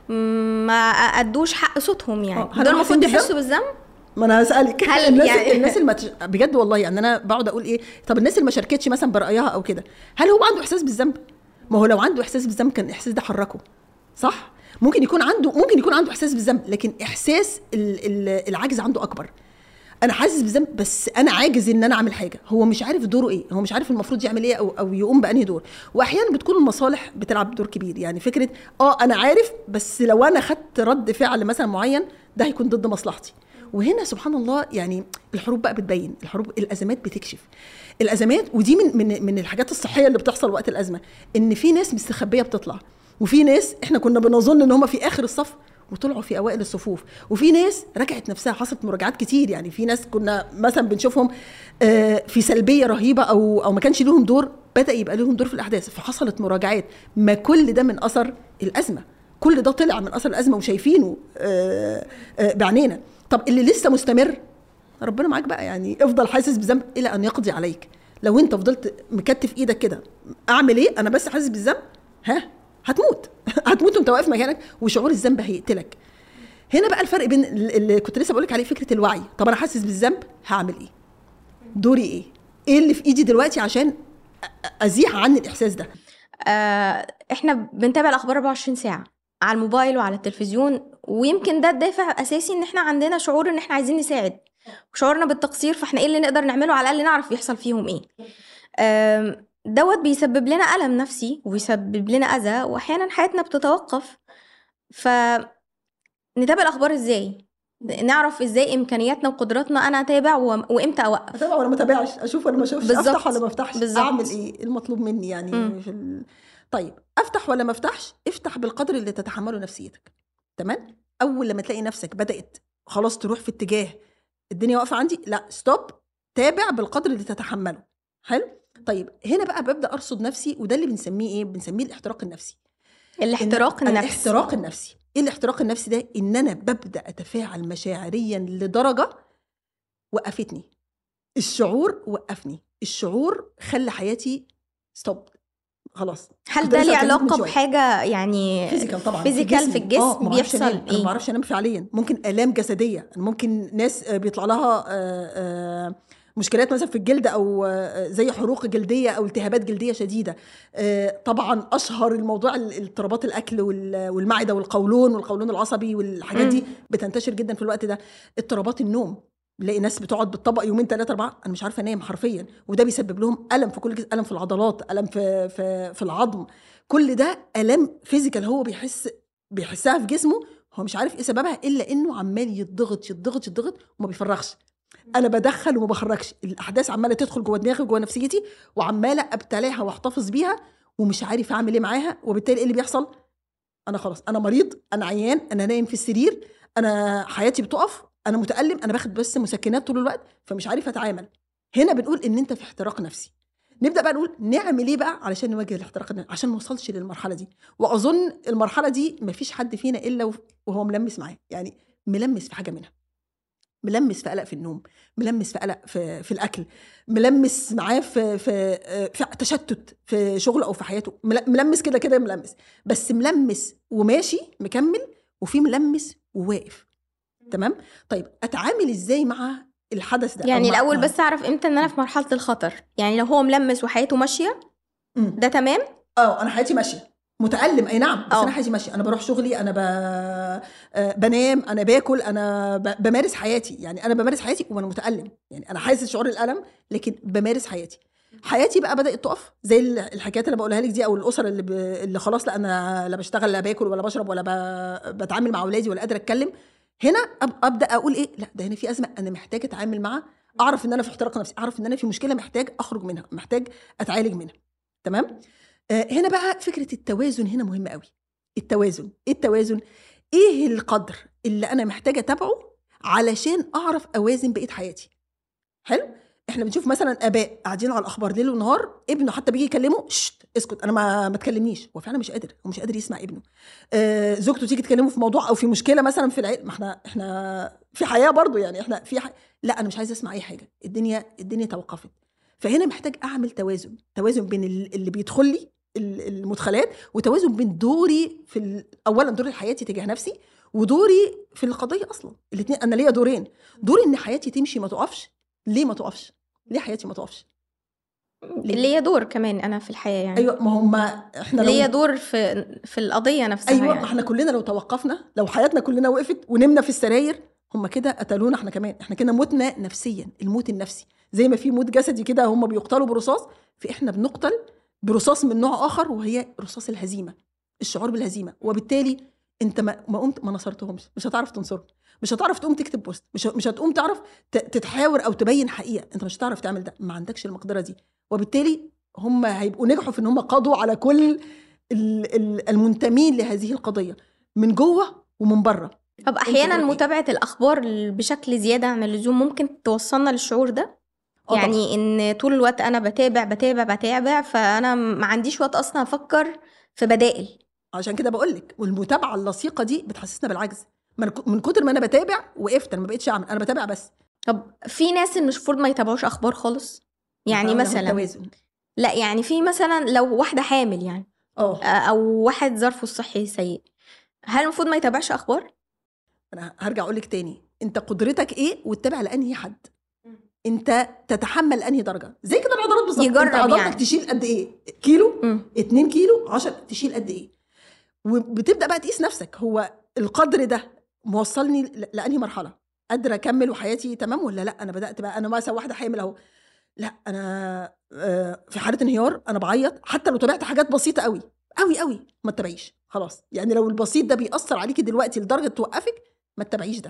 ما ادوش حق صوتهم، يعني دول المفروض يحسوا بالذنب. ما انا هسالك، هل الناس يعني الناس اللي بجد والله، يعني انا بقعد اقول ايه، طب الناس اللي ما شاركتش مثلا برايها او كده، هل هو عنده احساس بالذنب؟ ما هو لو عنده احساس بالذنب كان الاحساس ده حركه، صح؟ ممكن يكون عنده ممكن يكون عنده احساس بالذنب، لكن احساس العجز عنده اكبر. انا حاسس بالذنب بس انا عاجز ان انا اعمل حاجه، هو مش عارف دوره ايه، هو مش عارف المفروض يعمل ايه او او يقوم بانهي دور. واحيانا بتكون المصالح بتلعب دور كبير، يعني فكره اه انا عارف بس لو انا خدت رد فعل مثلا معين ده هيكون ضد مصلحتي. وهنا سبحان الله، يعني الحروب بقى بتبين، الحروب الازمات بتكشف الازمات، ودي من من من الحاجات الصحيه اللي بتحصل وقت الازمه، ان في ناس مستخبيه بتطلع، وفي ناس احنا كنا بنظن ان هم في اخر الصف وطلعوا في اوائل الصفوف، وفي ناس رجعت نفسها، حصلت مراجعات كتير، يعني في ناس كنا مثلا بنشوفهم في سلبيه رهيبه او او ما كانش لهم دور، بدا يبقى لهم دور في الاحداث، فحصلت مراجعات. ما كل ده من اثر الازمه، كل ده طلع من اثر الازمه وشايفينه بعينينا. طب اللي لسه مستمر، ربنا معاك بقى، يعني افضل حاسس بذنب الى ان يقضي عليك. لو انت فضلت مكتف ايدك كده، اعمل ايه انا بس حاسس بالذنب، ها هتموت هتموت وانت واقف مكانك، وشعور الذنب هيقتلك. هنا بقى الفرق بين اللي كنت لسه بقولك عليه، فكره الوعي. طب انا حاسس بالذنب، هعمل ايه؟ دوري ايه؟ ايه اللي في ايدي دلوقتي عشان ازيح عني الاحساس ده؟ آه احنا بنتابع الاخبار أربعة وعشرين ساعه على الموبايل وعلى التلفزيون، ويمكن ده الدافع اساسي ان احنا عندنا شعور ان احنا عايزين نساعد، وشعورنا بالتقصير، فاحنا ايه اللي نقدر نعمله على الاقل نعرف يحصل فيهم ايه. دوت بيسبب لنا ألم نفسي وبيسبب لنا أذى، واحيانا حياتنا بتتوقف. فنتابع الاخبار ازاي؟ نعرف ازاي امكانياتنا وقدراتنا، انا اتابع وامتى اوقف، اتابع ولا ما اتابعش، اشوف ولا ما اشوفش، افتح ولا ما افتحش، بالزبط. اعمل ايه المطلوب مني يعني في ال... طيب افتح ولا ما افتحش؟ افتح بالقدر اللي تتحمله نفسيتك. تمام. اول لما تلاقي نفسك بدات خلاص تروح في اتجاه الدنيا واقفه عندي، لا ستوب، تابع بالقدر اللي تتحمله. حلو. طيب هنا بقى ببدا ارصد نفسي، وده اللي بنسميه ايه؟ بنسميه الاحتراق النفسي. الاحتراق النفسي. الاحتراق النفسي. ايه الاحتراق النفسي ده؟ ان انا ببدا اتفاعل مشاعريا لدرجه وقفتني. الشعور وقفني، الشعور خلى حياتي ستوب خلاص. هل ده ليه علاقه بحاجه يعني فيزيكال؟ طبعا فيزيكال في, في الجسم. آه بيحصل ايه؟ انا ما اعرفش انام فعليا، ممكن الام جسديه، ممكن ناس بيطلع لها آآ آآ مشكلات مثلا في الجلد، او زي حروق جلديه او التهابات جلديه شديده. طبعا اشهر الموضوع اضطرابات الاكل والمعده والقولون والقولون العصبي والحاجات دي بتنتشر جدا في الوقت ده. اضطرابات النوم، بلاقي ناس بتقعد بتطبق يومين ثلاثه اربعه انا مش عارفه انام حرفيا، وده بيسبب لهم الم في كل جسم، الم في العضلات، الم في في في العظم، كل ده الام فيزيكال هو بيحس بيحسها في جسمه، هو مش عارف ايه سببها، الا انه عمال يتضغط يتضغط يتضغط وما بيفرغش. انا بدخل وما بخرجش، الاحداث عماله تدخل جوه دماغي وجوه نفسيتي، وعماله ابتلعها واحتفظ بيها، ومش عارف اعمل ايه معاها. وبالتالي ايه اللي بيحصل؟ انا خلاص، انا مريض، انا عيان، انا نايم في السرير، انا حياتي بتقف، انا متألم، انا باخد بس مسكنات طول الوقت، فمش عارف اتعامل. هنا بنقول ان انت في احتراق نفسي. نبدا بقى نقول نعمل ايه بقى علشان نواجه الاحتراق النفسي، عشان ما نوصلش للمرحله دي. واظن المرحله دي مفيش حد فينا الا وهو ملمس معاه، يعني ملمس في حاجه منها، ملمس في قلق في النوم، ملمس في قلق في, في الاكل، ملمس معاه في, في, في تشتت في شغله او في حياته، ملمس كده كده ملمس، بس ملمس وماشي مكمل، وفي ملمس وواقف. تمام. طيب اتعامل ازاي مع الحدث ده؟ يعني الاول بس اعرف امتى ان انا في مرحله الخطر. يعني لو هو ملمس وحياته ماشيه ده تمام، اه انا حياتي ماشيه، متألم اي نعم، بس أوه. انا حياتي ماشيه، انا بروح شغلي، انا ب... بنام، انا باكل، انا ب... بمارس حياتي، يعني انا بمارس حياتي وانا متألم، يعني انا حاسس شعور الألم لكن بمارس حياتي. حياتي بقى بدأت تقف زي الحكايات اللي بقولها لك دي، او الاسر اللي ب... اللي خلاص لا انا لا بشتغل لا باكل ولا بشرب ولا ب... بتعامل مع اولادي ولا قادره اتكلم. هنا أب... ابدا اقول ايه؟ لا ده هنا في ازمه، انا محتاجه اتعامل معها، اعرف ان انا في احتراق نفسي، اعرف ان انا في مشكله محتاج اخرج منها، محتاج اتعالج منها. تمام. هنا بقى فكرة التوازن هنا مهمة قوي. التوازن، ايه التوازن؟ ايه القدر اللي انا محتاجة اتابعه علشان اعرف اوازن بقية حياتي؟ حلو. احنا بنشوف مثلا اباء قاعدين على الاخبار ليل ونهار، ابنه حتى بيجي يكلمه شت اسكت انا ما ما تكلمنيش، هو فعلا مش قادر، هو مش قادر يسمع ابنه. آه زوجته تيجي تكلمه في موضوع او في مشكله مثلا في العيله، ما احنا احنا في حياه برضو، يعني احنا في حي... لا انا مش عايزه اسمع اي حاجه، الدنيا الدنيا توقفت. فهنا محتاج اعمل توازن، توازن بين اللي بيدخل لي المدخلات، وتوازن بين دوري في اولا دوري حياتي تجاه نفسي، ودوري في القضيه. اصلا الاثنين انا ليا دورين، دوري ان حياتي تمشي ما تقفش. ليه ما تقفش؟ ليه حياتي ما تقفش؟ ليا دور كمان انا في الحياه يعني. ايوه ما هم احنا ليا دور في في القضيه نفسها. ايوه يعني. ما احنا كلنا لو توقفنا، لو حياتنا كلنا وقفت ونمنا في السراير، هم كده قتلونا احنا كمان، احنا كده متنا نفسيا، الموت النفسي. زي ما في موت جسدي كده هم بيقتلوا برصاص، في احنا بنقتل برصاص من نوع اخر، وهي رصاص الهزيمه، الشعور بالهزيمه. وبالتالي انت ما, ما قمت ما نصرتهمش، مش هتعرف تنصرهم، مش هتعرف تقوم تكتب بوست، مش مش هتقوم تعرف تتحاور او تبين حقيقه، انت مش هتعرف تعمل ده، ما عندكش المقدره دي. وبالتالي هم هيبقوا نجحوا في ان هم قضوا على كل المنتمين لهذه القضيه من جوه ومن بره. طب احيانا متابعه الاخبار بشكل زياده عن اللزوم ممكن توصلنا للشعور ده، يعني ان طول الوقت انا بتابع بتابع بتابع فانا ما عنديش وقت اصلا افكر في بدائل. عشان كده بقولك، والمتابعه اللصيقه دي بتحسسنا بالعجز، من كتر ما انا بتابع وقفت، انا ما بقتش اعمل، انا بتابع بس. طب في ناس المفروض ما يتابعوش اخبار خالص، يعني مثلا لا يعني في مثلا لو واحده حامل يعني أوه. او واحد ظرفه الصحي سيء، هل المفروض ما يتابعش اخبار؟ انا هرجع اقولك تاني، انت قدرتك ايه وتتابع لانهي حد، انت تتحمل انهي درجه، زي كده العضلات بالظبط، انت عضلاتك يعني. تشيل قد ايه كيلو، م. اتنين كيلو، عشرة تشيل قد ايه، وبتبدا بقى تقيس نفسك، هو القدر ده موصلني لانهي مرحله، قادره اكمل وحياتي تمام ولا لا. انا بدات بقى، انا مثلا واحده حامل اهو، لا انا في حاله انهيار، انا بعيط، حتى لو تابعت حاجات بسيطه قوي قوي قوي ما تتابعيش خلاص، يعني لو البسيط ده بيأثر عليكي دلوقتي لدرجه توقفك ما تتابعيش ده.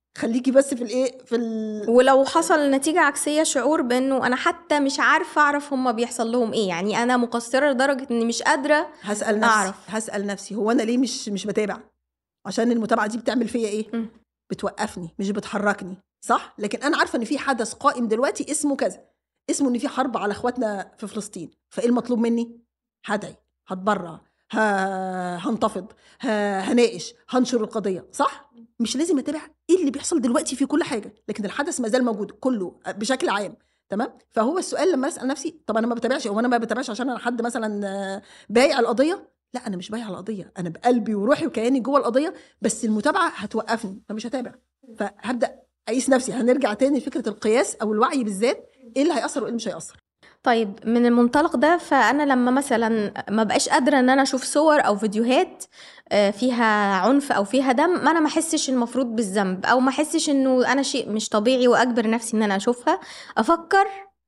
خليكي بس في الايه في ال... ولو حصل نتيجة عكسية شعور بانه انا حتى مش عارفة اعرف هم بيحصل لهم ايه، يعني انا مقصرة لدرجة اني مش قادرة هسأل نفسي اعرف. هسأل نفسي هو انا ليه مش مش بتابع؟ عشان المتابعة دي بتعمل فيا ايه؟ م. بتوقفني مش بتحركني، صح؟ لكن انا عارفة ان في حدث قائم دلوقتي اسمه كذا، اسمه ان في حرب على اخواتنا في فلسطين، فايه المطلوب مني؟ هدعي، هتبرع، ه... هنتفض، ه... هناقش، هنشر القضية، صح؟ مش لازم اتابع ايه اللي بيحصل دلوقتي في كل حاجة، لكن الحدث ما زال موجود كله بشكل عام. تمام. فهو السؤال لما اسال نفسي طب انا ما بتابعش، او انا ما بتابعش عشان انا حد مثلا بايع القضيه؟ لا، انا مش بايع القضيه، انا بقلبي وروحي وكياني جوه القضيه، بس المتابعه هتوقفني فمش هتابع. فهبدا اقيس نفسي، هنرجع تاني لفكره القياس او الوعي بالذات، ايه اللي هيأثر وايه اللي مش هيأثر. طيب من المنطلق ده، فانا لما مثلا ما بقاش قادره ان انا اشوف صور او فيديوهات فيها عنف او فيها دم، ما انا ما احسش المفروض بالذنب، او ما احسش انه انا شيء مش طبيعي واجبر نفسي ان انا اشوفها، افكر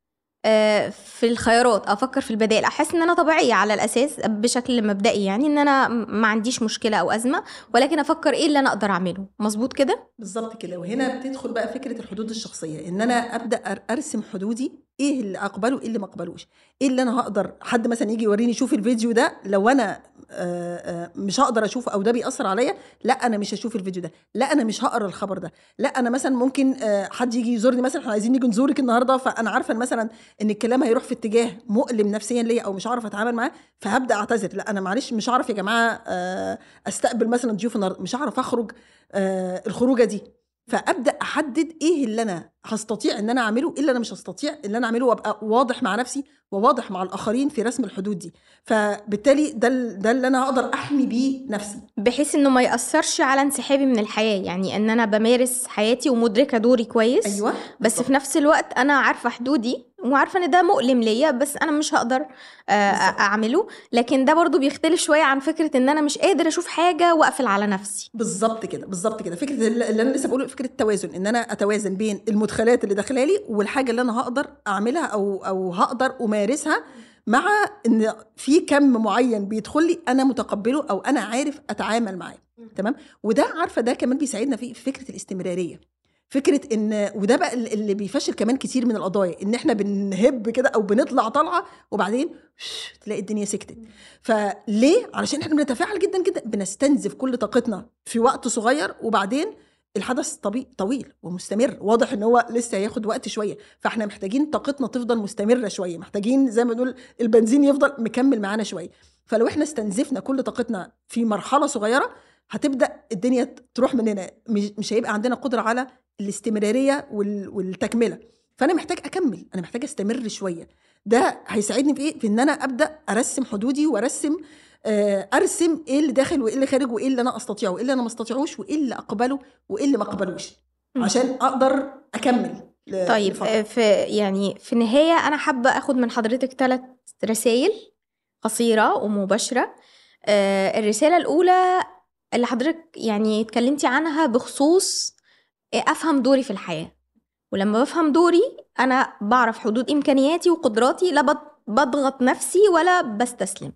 في الخيارات، افكر في البدائل، احس ان انا طبيعيه على الاساس بشكل مبدئي، يعني ان انا ما عنديش مشكله او ازمه، ولكن افكر ايه اللي انا اقدر اعمله. مظبوط كده؟ بالظبط كده. وهنا بتدخل بقى فكره الحدود الشخصيه، ان انا ابدا ارسم حدودي، ايه اللي اقبله ايه اللي ما اقبلوش، ايه اللي انا هقدر، حد مثلا يجي يوريني شوف الفيديو ده، لو انا آآ آآ مش هقدر اشوفه او ده بيأثر عليا، لا انا مش هشوف الفيديو ده، لا انا مش هقرا الخبر ده، لا انا مثلا ممكن حد يجي يزورني مثلا، احنا عايزين نيجي نزورك النهارده، فانا عارفه مثلا ان الكلام هيروح في اتجاه مؤلم نفسيا ليا او مش هعرف اتعامل معاه، فهبدا اعتذر، لا انا معلش مش هعرف يا جماعه استقبل مثلا ضيوف النهارده، مش هعرف اخرج الخروجه دي. فابدا احدد ايه اللي انا هستطيع ان انا اعمله، ايه اللي انا مش هستطيع ان انا اعمله، وابقى واضح مع نفسي وواضح مع الاخرين في رسم الحدود دي. فبالتالي ده ده اللي انا هقدر احمي بيه نفسي، بحيث انه ما ياثرش على انسحابي من الحياه، يعني ان انا بمارس حياتي ومدركه دوري كويس. أيوة. بس بالضبط. في نفس الوقت انا عارفه حدودي وعارفه ان ده مؤلم ليا، بس انا مش هقدر اعمله. لكن ده برضو بيختلف شويه عن فكره ان انا مش قادر اشوف حاجه واقفل على نفسي. بالظبط كده بالظبط كده فكره اللي انا لسه بقوله، فكره التوازن، ان انا اتوازن بين المدخلات اللي داخلالي والحاجه اللي انا هقدر اعملها او او هقدر امارسها، مع ان في كم معين بيدخل لي انا متقبله او انا عارف اتعامل معاه. تمام. وده عارفه ده كمان بيساعدنا في فكره الاستمراريه، فكره ان وده بقى اللي بيفشل كمان كتير من القضايا، ان احنا بنهب كده او بنطلع طلعه وبعدين تلاقي الدنيا سكتت. فليه؟ علشان احنا بنتفاعل جدا جدا، بنستنزف كل طاقتنا في وقت صغير، وبعدين الحدث طويل ومستمر، واضح ان هو لسه هياخد وقت شويه، فاحنا محتاجين طاقتنا تفضل مستمره شويه، محتاجين زي ما نقول البنزين يفضل مكمل معانا شويه. فلو احنا استنزفنا كل طاقتنا في مرحله صغيره، هتبدا الدنيا تروح مننا، مش هيبقى عندنا قدره على الاستمراريه والتكمله. فانا محتاج اكمل، انا محتاج استمر شويه. ده هيساعدني في ايه؟ في ان انا ابدا ارسم حدودي، وارسم ارسم ايه اللي داخل وايه اللي خارج، وايه اللي انا استطيعه وايه اللي انا ما استطيعوش، وايه اللي اقبله وايه اللي ما اقبلوش، عشان اقدر اكمل. طيب لفترة. في يعني في النهايه انا حابه اخد من حضرتك ثلاث رسائل قصيره ومباشره. الرساله الاولى اللي حضرتك يعني اتكلمتي عنها بخصوص افهم دوري في الحياه، ولما بفهم دوري انا بعرف حدود امكانياتي وقدراتي، لا بضغط نفسي ولا بستسلم.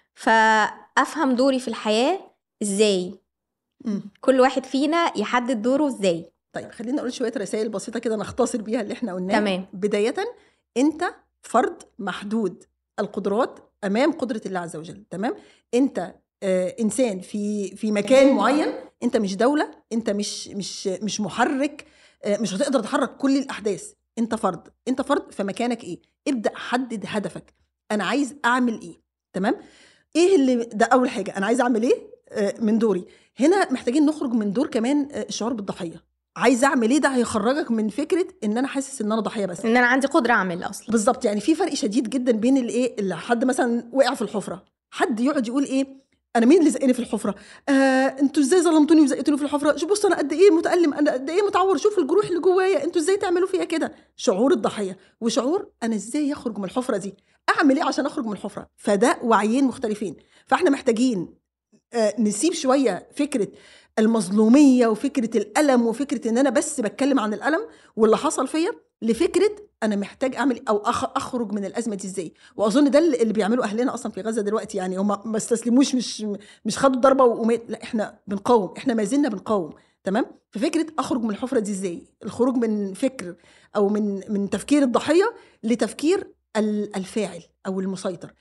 فافهم دوري في الحياه ازاي؟ م. كل واحد فينا يحدد دوره ازاي. طيب خلينا نقول شويه رسائل بسيطه كده نختصر بيها اللي احنا قلناه. تمام. بدايه، انت فرد محدود القدرات امام قدره الله عز وجل. تمام. انت آه انسان في في مكان معين، انت مش دوله، انت مش مش مش محرك، آه مش هتقدر تحرك كل الاحداث. انت فرد انت فرد في مكانك. ايه؟ ابدا حدد هدفك، انا عايز اعمل ايه. تمام. ايه اللي ده اول حاجه، انا عايز اعمل ايه آه من دوري. هنا محتاجين نخرج من دور كمان آه الشعور بالضحيه. عايز اعمل ايه ده هيخرجك من فكره ان انا حاسس ان انا ضحيه، بس ان انا عندي قدره اعمل اصلا. بالظبط. يعني في فرق شديد جدا بين الايه اللي حد مثلا وقع في الحفره، حد يقعد يقول ايه، انا مين اللي زقني في الحفره، آه انتوا ازاي ظلمتوني وزقتوني في الحفره، شوف بص انا قد ايه متالم، انا قد ايه متعور، شوف الجروح اللي جوايا، انتوا ازاي تعملوا فيا كده. شعور الضحيه وشعور انا ازاي اخرج من الحفره دي، اعمل ايه عشان اخرج من الحفره. فده وعيين مختلفين. فاحنا محتاجين آه نسيب شويه فكره المظلوميه وفكره الالم وفكره ان انا بس بتكلم عن الالم واللي حصل فيا، لفكره انا محتاج اعمل او اخرج من الازمه دي ازاي. واظن ده اللي بيعملوا اهلنا اصلا في غزه دلوقتي، يعني هم ما استسلموش، مش مش خدوا ضربه ومات، لا احنا بنقاوم، احنا ما زلنا بنقاوم. تمام. ففكره اخرج من الحفره دي ازاي، الخروج من فكر او من من تفكير الضحيه لتفكير الفاعل او المسيطر.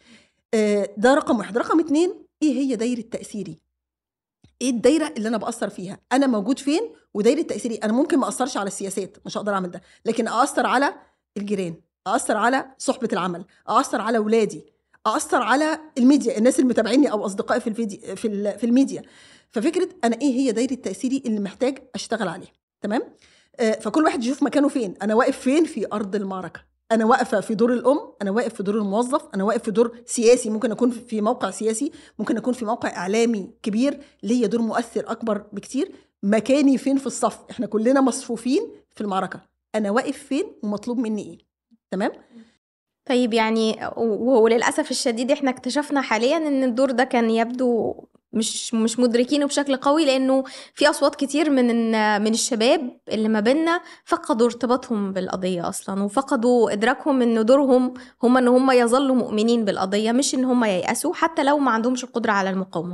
ده رقم واحد. رقم اتنين، ايه هي دايره تاثيري؟ ايه الدايره اللي انا باثر فيها؟ انا موجود فين؟ ودايره تاثيري انا ممكن ما اثرش على السياسات، مش هقدر اعمل ده، لكن اثر على الجيران، اثر على صحبه العمل، اثر على اولادي، اثر على الميديا، الناس اللي متابعيني او اصدقائي في الفيديو في في الميديا. ففكره انا ايه هي دايره تاثيري اللي محتاج اشتغل عليها. تمام. آه فكل واحد يشوف مكانه فين. انا واقف فين في ارض المعركه؟ انا واقفه في دور الام، انا واقف في دور الموظف، انا واقف في دور سياسي، ممكن اكون في موقع سياسي، ممكن اكون في موقع اعلامي كبير ليا دور مؤثر اكبر بكتير. مكاني فين في الصف؟ احنا كلنا مصفوفين في المعركه، انا واقف فين ومطلوب مني ايه. تمام. طيب يعني وللاسف الشديد احنا اكتشفنا حاليا ان الدور ده كان يبدو مش مش مدركينه بشكل قوي، لانه في اصوات كتير من من الشباب اللي ما بيننا فقدوا ارتباطهم بالقضيه اصلا، وفقدوا ادراكهم ان دورهم هم ان هم يظلوا مؤمنين بالقضيه، مش ان هم ييأسوا حتى لو ما عندهمش القدره على المقاومه.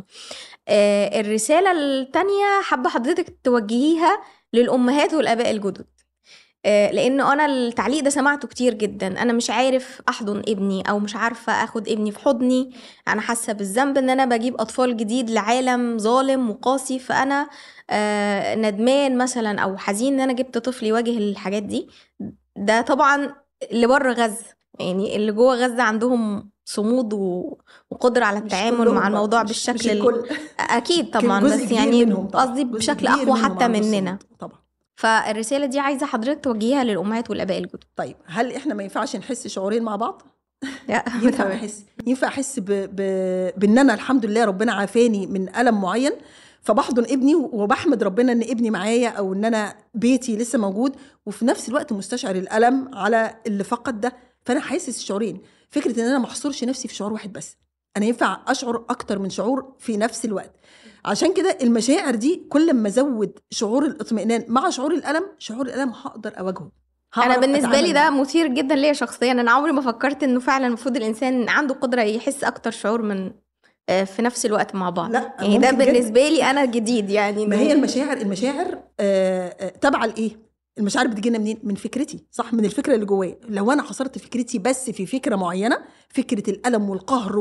آه الرساله الثانيه حابه حضرتك توجهيها للامهات والاباء الجدد، لانه انا التعليق ده سمعته كتير جدا. انا مش عارف احضن ابني او مش عارفه اخد ابني في حضني، انا حاسه بالذنب ان انا بجيب اطفال جديد لعالم ظالم وقاسي، فانا آه ندمان مثلا او حزين ان انا جبت طفل يواجه الحاجات دي. ده طبعا اللي بره غزه، يعني اللي جوه غزه عندهم صمود وقدره على التعامل مع الموضوع مش بالشكل مش الكل. اكيد طبعا، بس يعني قصدي بشكل اقوى حتى مننا طبعا. فالرسالة دي عايزة حضرتك توجهيها للأمهات والآباء الجدد. طيب هل إحنا ما ينفعش نحس شعورين مع بعض؟ ينفع أحس ينفع أحس ب... ب... بأن أنا الحمد لله ربنا عافاني من ألم معين، فبحضن ابني وبحمد ربنا أن ابني معايا أو أن أنا بيتي لسه موجود، وفي نفس الوقت مستشعر الألم على اللي فقد ده، فأنا حاسس الشعورين. فكرة أن أنا ما احصرش نفسي في شعور واحد بس، أنا ينفع أشعر أكتر من شعور في نفس الوقت. عشان كده المشاعر دي كل ما ازود شعور الاطمئنان مع شعور الالم، شعور الالم هقدر اواجهه. انا بالنسبه لي ده مثير جدا ليا شخصيا، انا عمري ما فكرت انه فعلا المفروض الانسان عنده قدره يحس اكتر شعور من في نفس الوقت مع بعض. لا يعني ده بالنسبه لي انا جديد. يعني ما هي المشاعر المشاعر تابعه لايه؟ المشاعر بتجينا منين؟ من فكرتي، صح؟ من الفكره اللي جوايا. لو انا حصرت فكرتي بس في فكره معينه، فكره الالم والقهر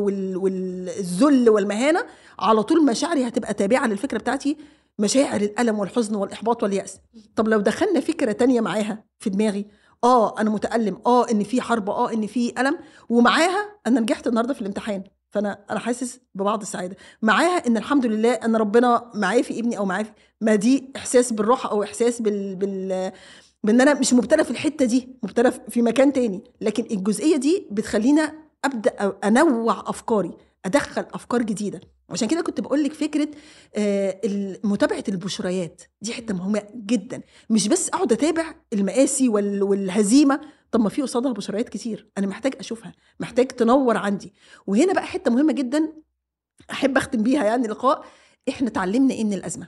والذل والمهانه، على طول مشاعري هتبقى تابعه للفكره بتاعتي، مشاعر الالم والحزن والاحباط والياس. طب لو دخلنا فكره تانية معاها في دماغي، اه انا متالم، اه ان في حرب، اه ان في الم، ومعاها انا نجحت النهارده في الامتحان، فانا انا حاسس ببعض السعاده معاها، ان الحمد لله ان ربنا معايا في ابني او معايا، ما دي احساس بالراحه او احساس بال بال بان انا مش مبتلى في الحته دي، مبتلى في مكان تاني. لكن الجزئيه دي بتخلينا ابدا انوع افكاري، ادخل افكار جديده. عشان كده كنت بقول لك فكره آه متابعه البشريات دي حته مهمه جدا، مش بس اقعد اتابع المآسي والهزيمه، طب ما في قصادها بشريات كتير انا محتاج اشوفها، محتاج تنور عندي. وهنا بقى حته مهمه جدا احب اختم بيها يعني لقاء، احنا اتعلمنا ايه من الازمه؟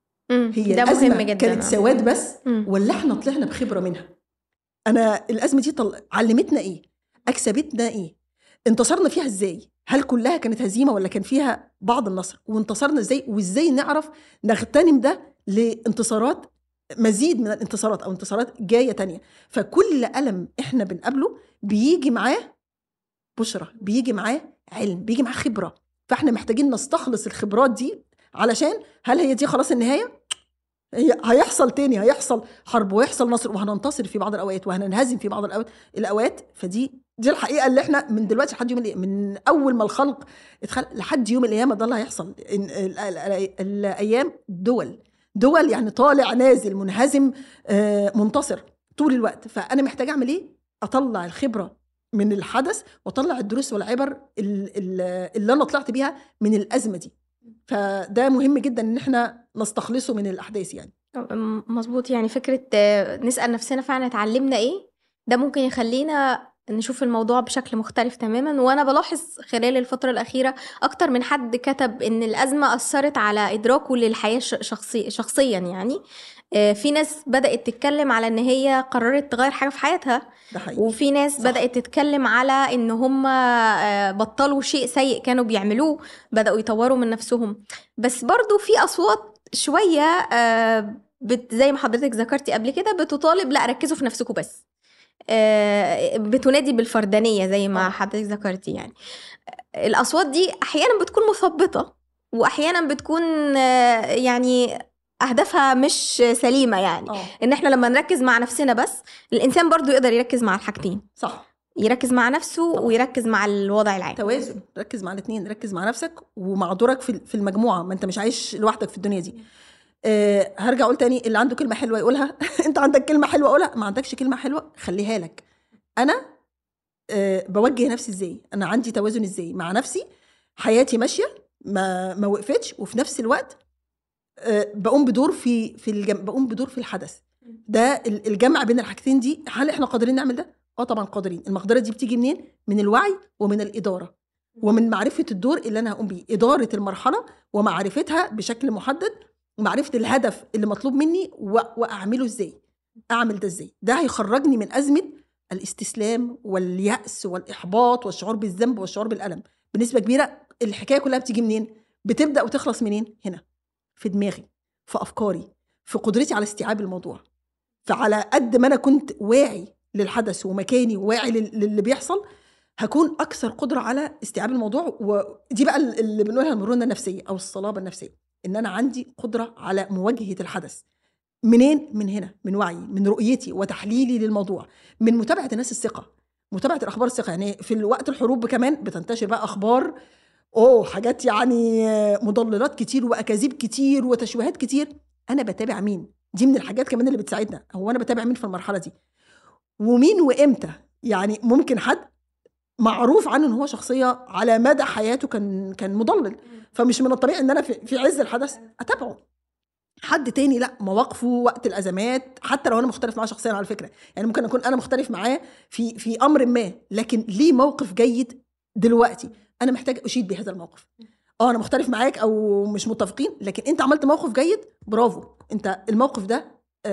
هي ده الازمه مهم جدا. كانت سواد بس مم. ولا احنا طلعنا بخبره منها؟ انا الازمه دي طل... علمتنا ايه؟ اكسبتنا ايه؟ انتصرنا فيها ازاي؟ هل كلها كانت هزيمه ولا كان فيها بعض النصر؟ وانتصرنا ازاي؟ وازاي نعرف نغتنم ده لانتصارات، مزيد من الانتصارات او انتصارات جايه تانية؟ فكل ألم احنا بنقابله بيجي معاه بشرة، بيجي معاه علم، بيجي معاه خبره، فاحنا محتاجين نستخلص الخبرات دي، علشان هل هي دي خلاص النهايه؟ هي هيحصل تاني، هيحصل حرب ويحصل نصر، وهننتصر في بعض الاوقات وهننهزم في بعض الاوقات الاوقات فدي دي الحقيقه اللي احنا من دلوقتي لحد يوم من اول ما الخلق اتخلق لحد يوم القيامه ده اللي هيحصل. الايام دول دول يعني طالع نازل منهزم منتصر طول الوقت. فانا محتاجه اعمل ايه؟ اطلع الخبره من الحدث واطلع الدروس والعبر اللي انا طلعت بيها من الازمه دي. فده مهم جدا ان احنا نستخلصه من الاحداث. يعني مظبوط. يعني فكره نسال نفسنا فعلا اتعلمنا ايه، ده ممكن يخلينا نشوف الموضوع بشكل مختلف تماما. وانا بلاحظ خلال الفتره الاخيره اكتر من حد كتب ان الازمه اثرت على ادراكه للحياه شخصي شخصيا. يعني في ناس بدات تتكلم على ان هي قررت تغير حاجه في حياتها، وفي ناس صح. بدات تتكلم على ان هم بطلوا شيء سيء كانوا بيعملوه، بداوا يطوروا من نفسهم. بس برضو في اصوات شويه آه بت زي ما حضرتك ذكرتي قبل كده بتطالب لا ركزوا في نفسكم بس، آه بتنادي بالفردانيه زي ما حضرتك ذكرتي. يعني الاصوات دي احيانا بتكون مثبطه واحيانا بتكون آه يعني اهدافها مش سليمه. يعني أوه. ان احنا لما نركز مع نفسنا بس، الانسان برضو يقدر يركز مع الحاجتين. صح، يركز مع نفسه طبعا. ويركز مع الوضع العام، توازن. ركز مع الاثنين، ركز مع نفسك ومع دورك في المجموعه، ما انت مش عايش لوحدك في الدنيا دي. أه هرجع اقول تاني، اللي عنده كلمه حلوه يقولها. انت عندك كلمه حلوه قولها، ما عندكش كلمه حلوه خليها لك. انا أه بوجه نفسي ازاي، انا عندي توازن ازاي مع نفسي، حياتي ماشيه ما ما وقفتش، وفي نفس الوقت أه بقوم بدور في في الجم... بقوم بدور في الحدث ده. الجمع بين الحاجتين دي، هل احنا قادرين نعمل ده؟ اه طبعا قادرين. المقدره دي بتيجي منين؟ من الوعي ومن الاداره ومن معرفه الدور اللي انا هقوم بيه، اداره المرحله ومعرفتها بشكل محدد، ومعرفه الهدف اللي مطلوب مني و... واعمله ازاي. اعمل ده ازاي؟ ده هيخرجني من ازمه الاستسلام واليأس والاحباط والشعور بالذنب والشعور بالالم. بنسبه كبيره الحكايه كلها بتيجي منين؟ بتبدا وتخلص منين؟ هنا، في دماغي، في افكاري، في قدرتي على استيعاب الموضوع. فعلى قد ما انا كنت واعي للحدث ومكاني وواعي للي بيحصل، هكون اكثر قدره على استيعاب الموضوع. ودي بقى اللي بنقولها المرونه النفسيه او الصلابه النفسيه، ان انا عندي قدره على مواجهه الحدث. منين؟ من هنا، من وعي، من رؤيتي وتحليلي للموضوع، من متابعه الناس الثقه، متابعه الاخبار الثقه. يعني في وقت الحروب كمان بتنتشر بقى اخبار اوه حاجات يعني مضللات كتير واكاذيب كتير وتشويهات كتير. انا بتابع مين؟ دي من الحاجات كمان اللي بتساعدنا. هو انا بتابع مين في المرحله دي، ومين وامتى؟ يعني ممكن حد معروف عنه ان هو شخصيه على مدى حياته كان كان مضلل، فمش من الطبيعي ان انا في, في عز الحدث اتابعه. حد تاني لا، مواقفه وقت الازمات، حتى لو انا مختلف معاه شخصيا على فكره، يعني ممكن اكون انا مختلف معاه في في امر ما، لكن ليه موقف جيد دلوقتي انا محتاج اشيد بهذا الموقف. اه انا مختلف معاك او مش متفقين، لكن انت عملت موقف جيد، برافو، انت الموقف ده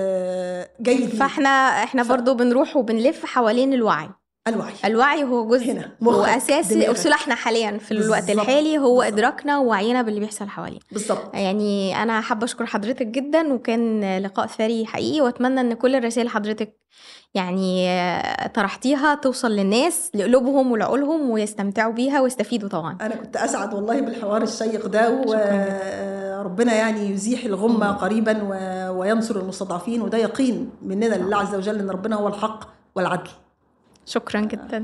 آه جيد. فاحنا احنا ف... برضو بنروح وبنلف حوالين الوعي. الوعي الوعي هو جزء واساسي وسلاحنا حاليا في الوقت بالزبط. الحالي هو بالزبط. ادراكنا ووعينا باللي بيحصل حوالينا بالظبط. يعني انا حابه اشكر حضرتك جدا، وكان لقاء ثري حقيقي، واتمنى ان كل الرسائل حضرتك يعني طرحتيها توصل للناس لقلوبهم ولعقولهم ويستمتعوا بيها ويستفيدوا. طبعا انا كنت اسعد والله بالحوار الشيق ده، وربنا يعني يزيح الغمه قريبا وينصر المستضعفين، وده يقين مننا لله عز وجل ان ربنا هو الحق والعدل. شكرا جدا.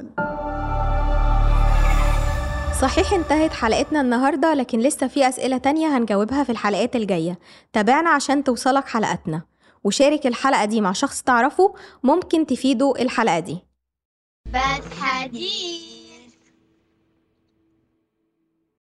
صحيح انتهت حلقتنا النهاردة، لكن لسه في أسئلة تانية هنجاوبها في الحلقات الجاية. تابعنا عشان توصلك حلقتنا، وشارك الحلقة دي مع شخص تعرفه ممكن تفيده الحلقة دي. بس حديث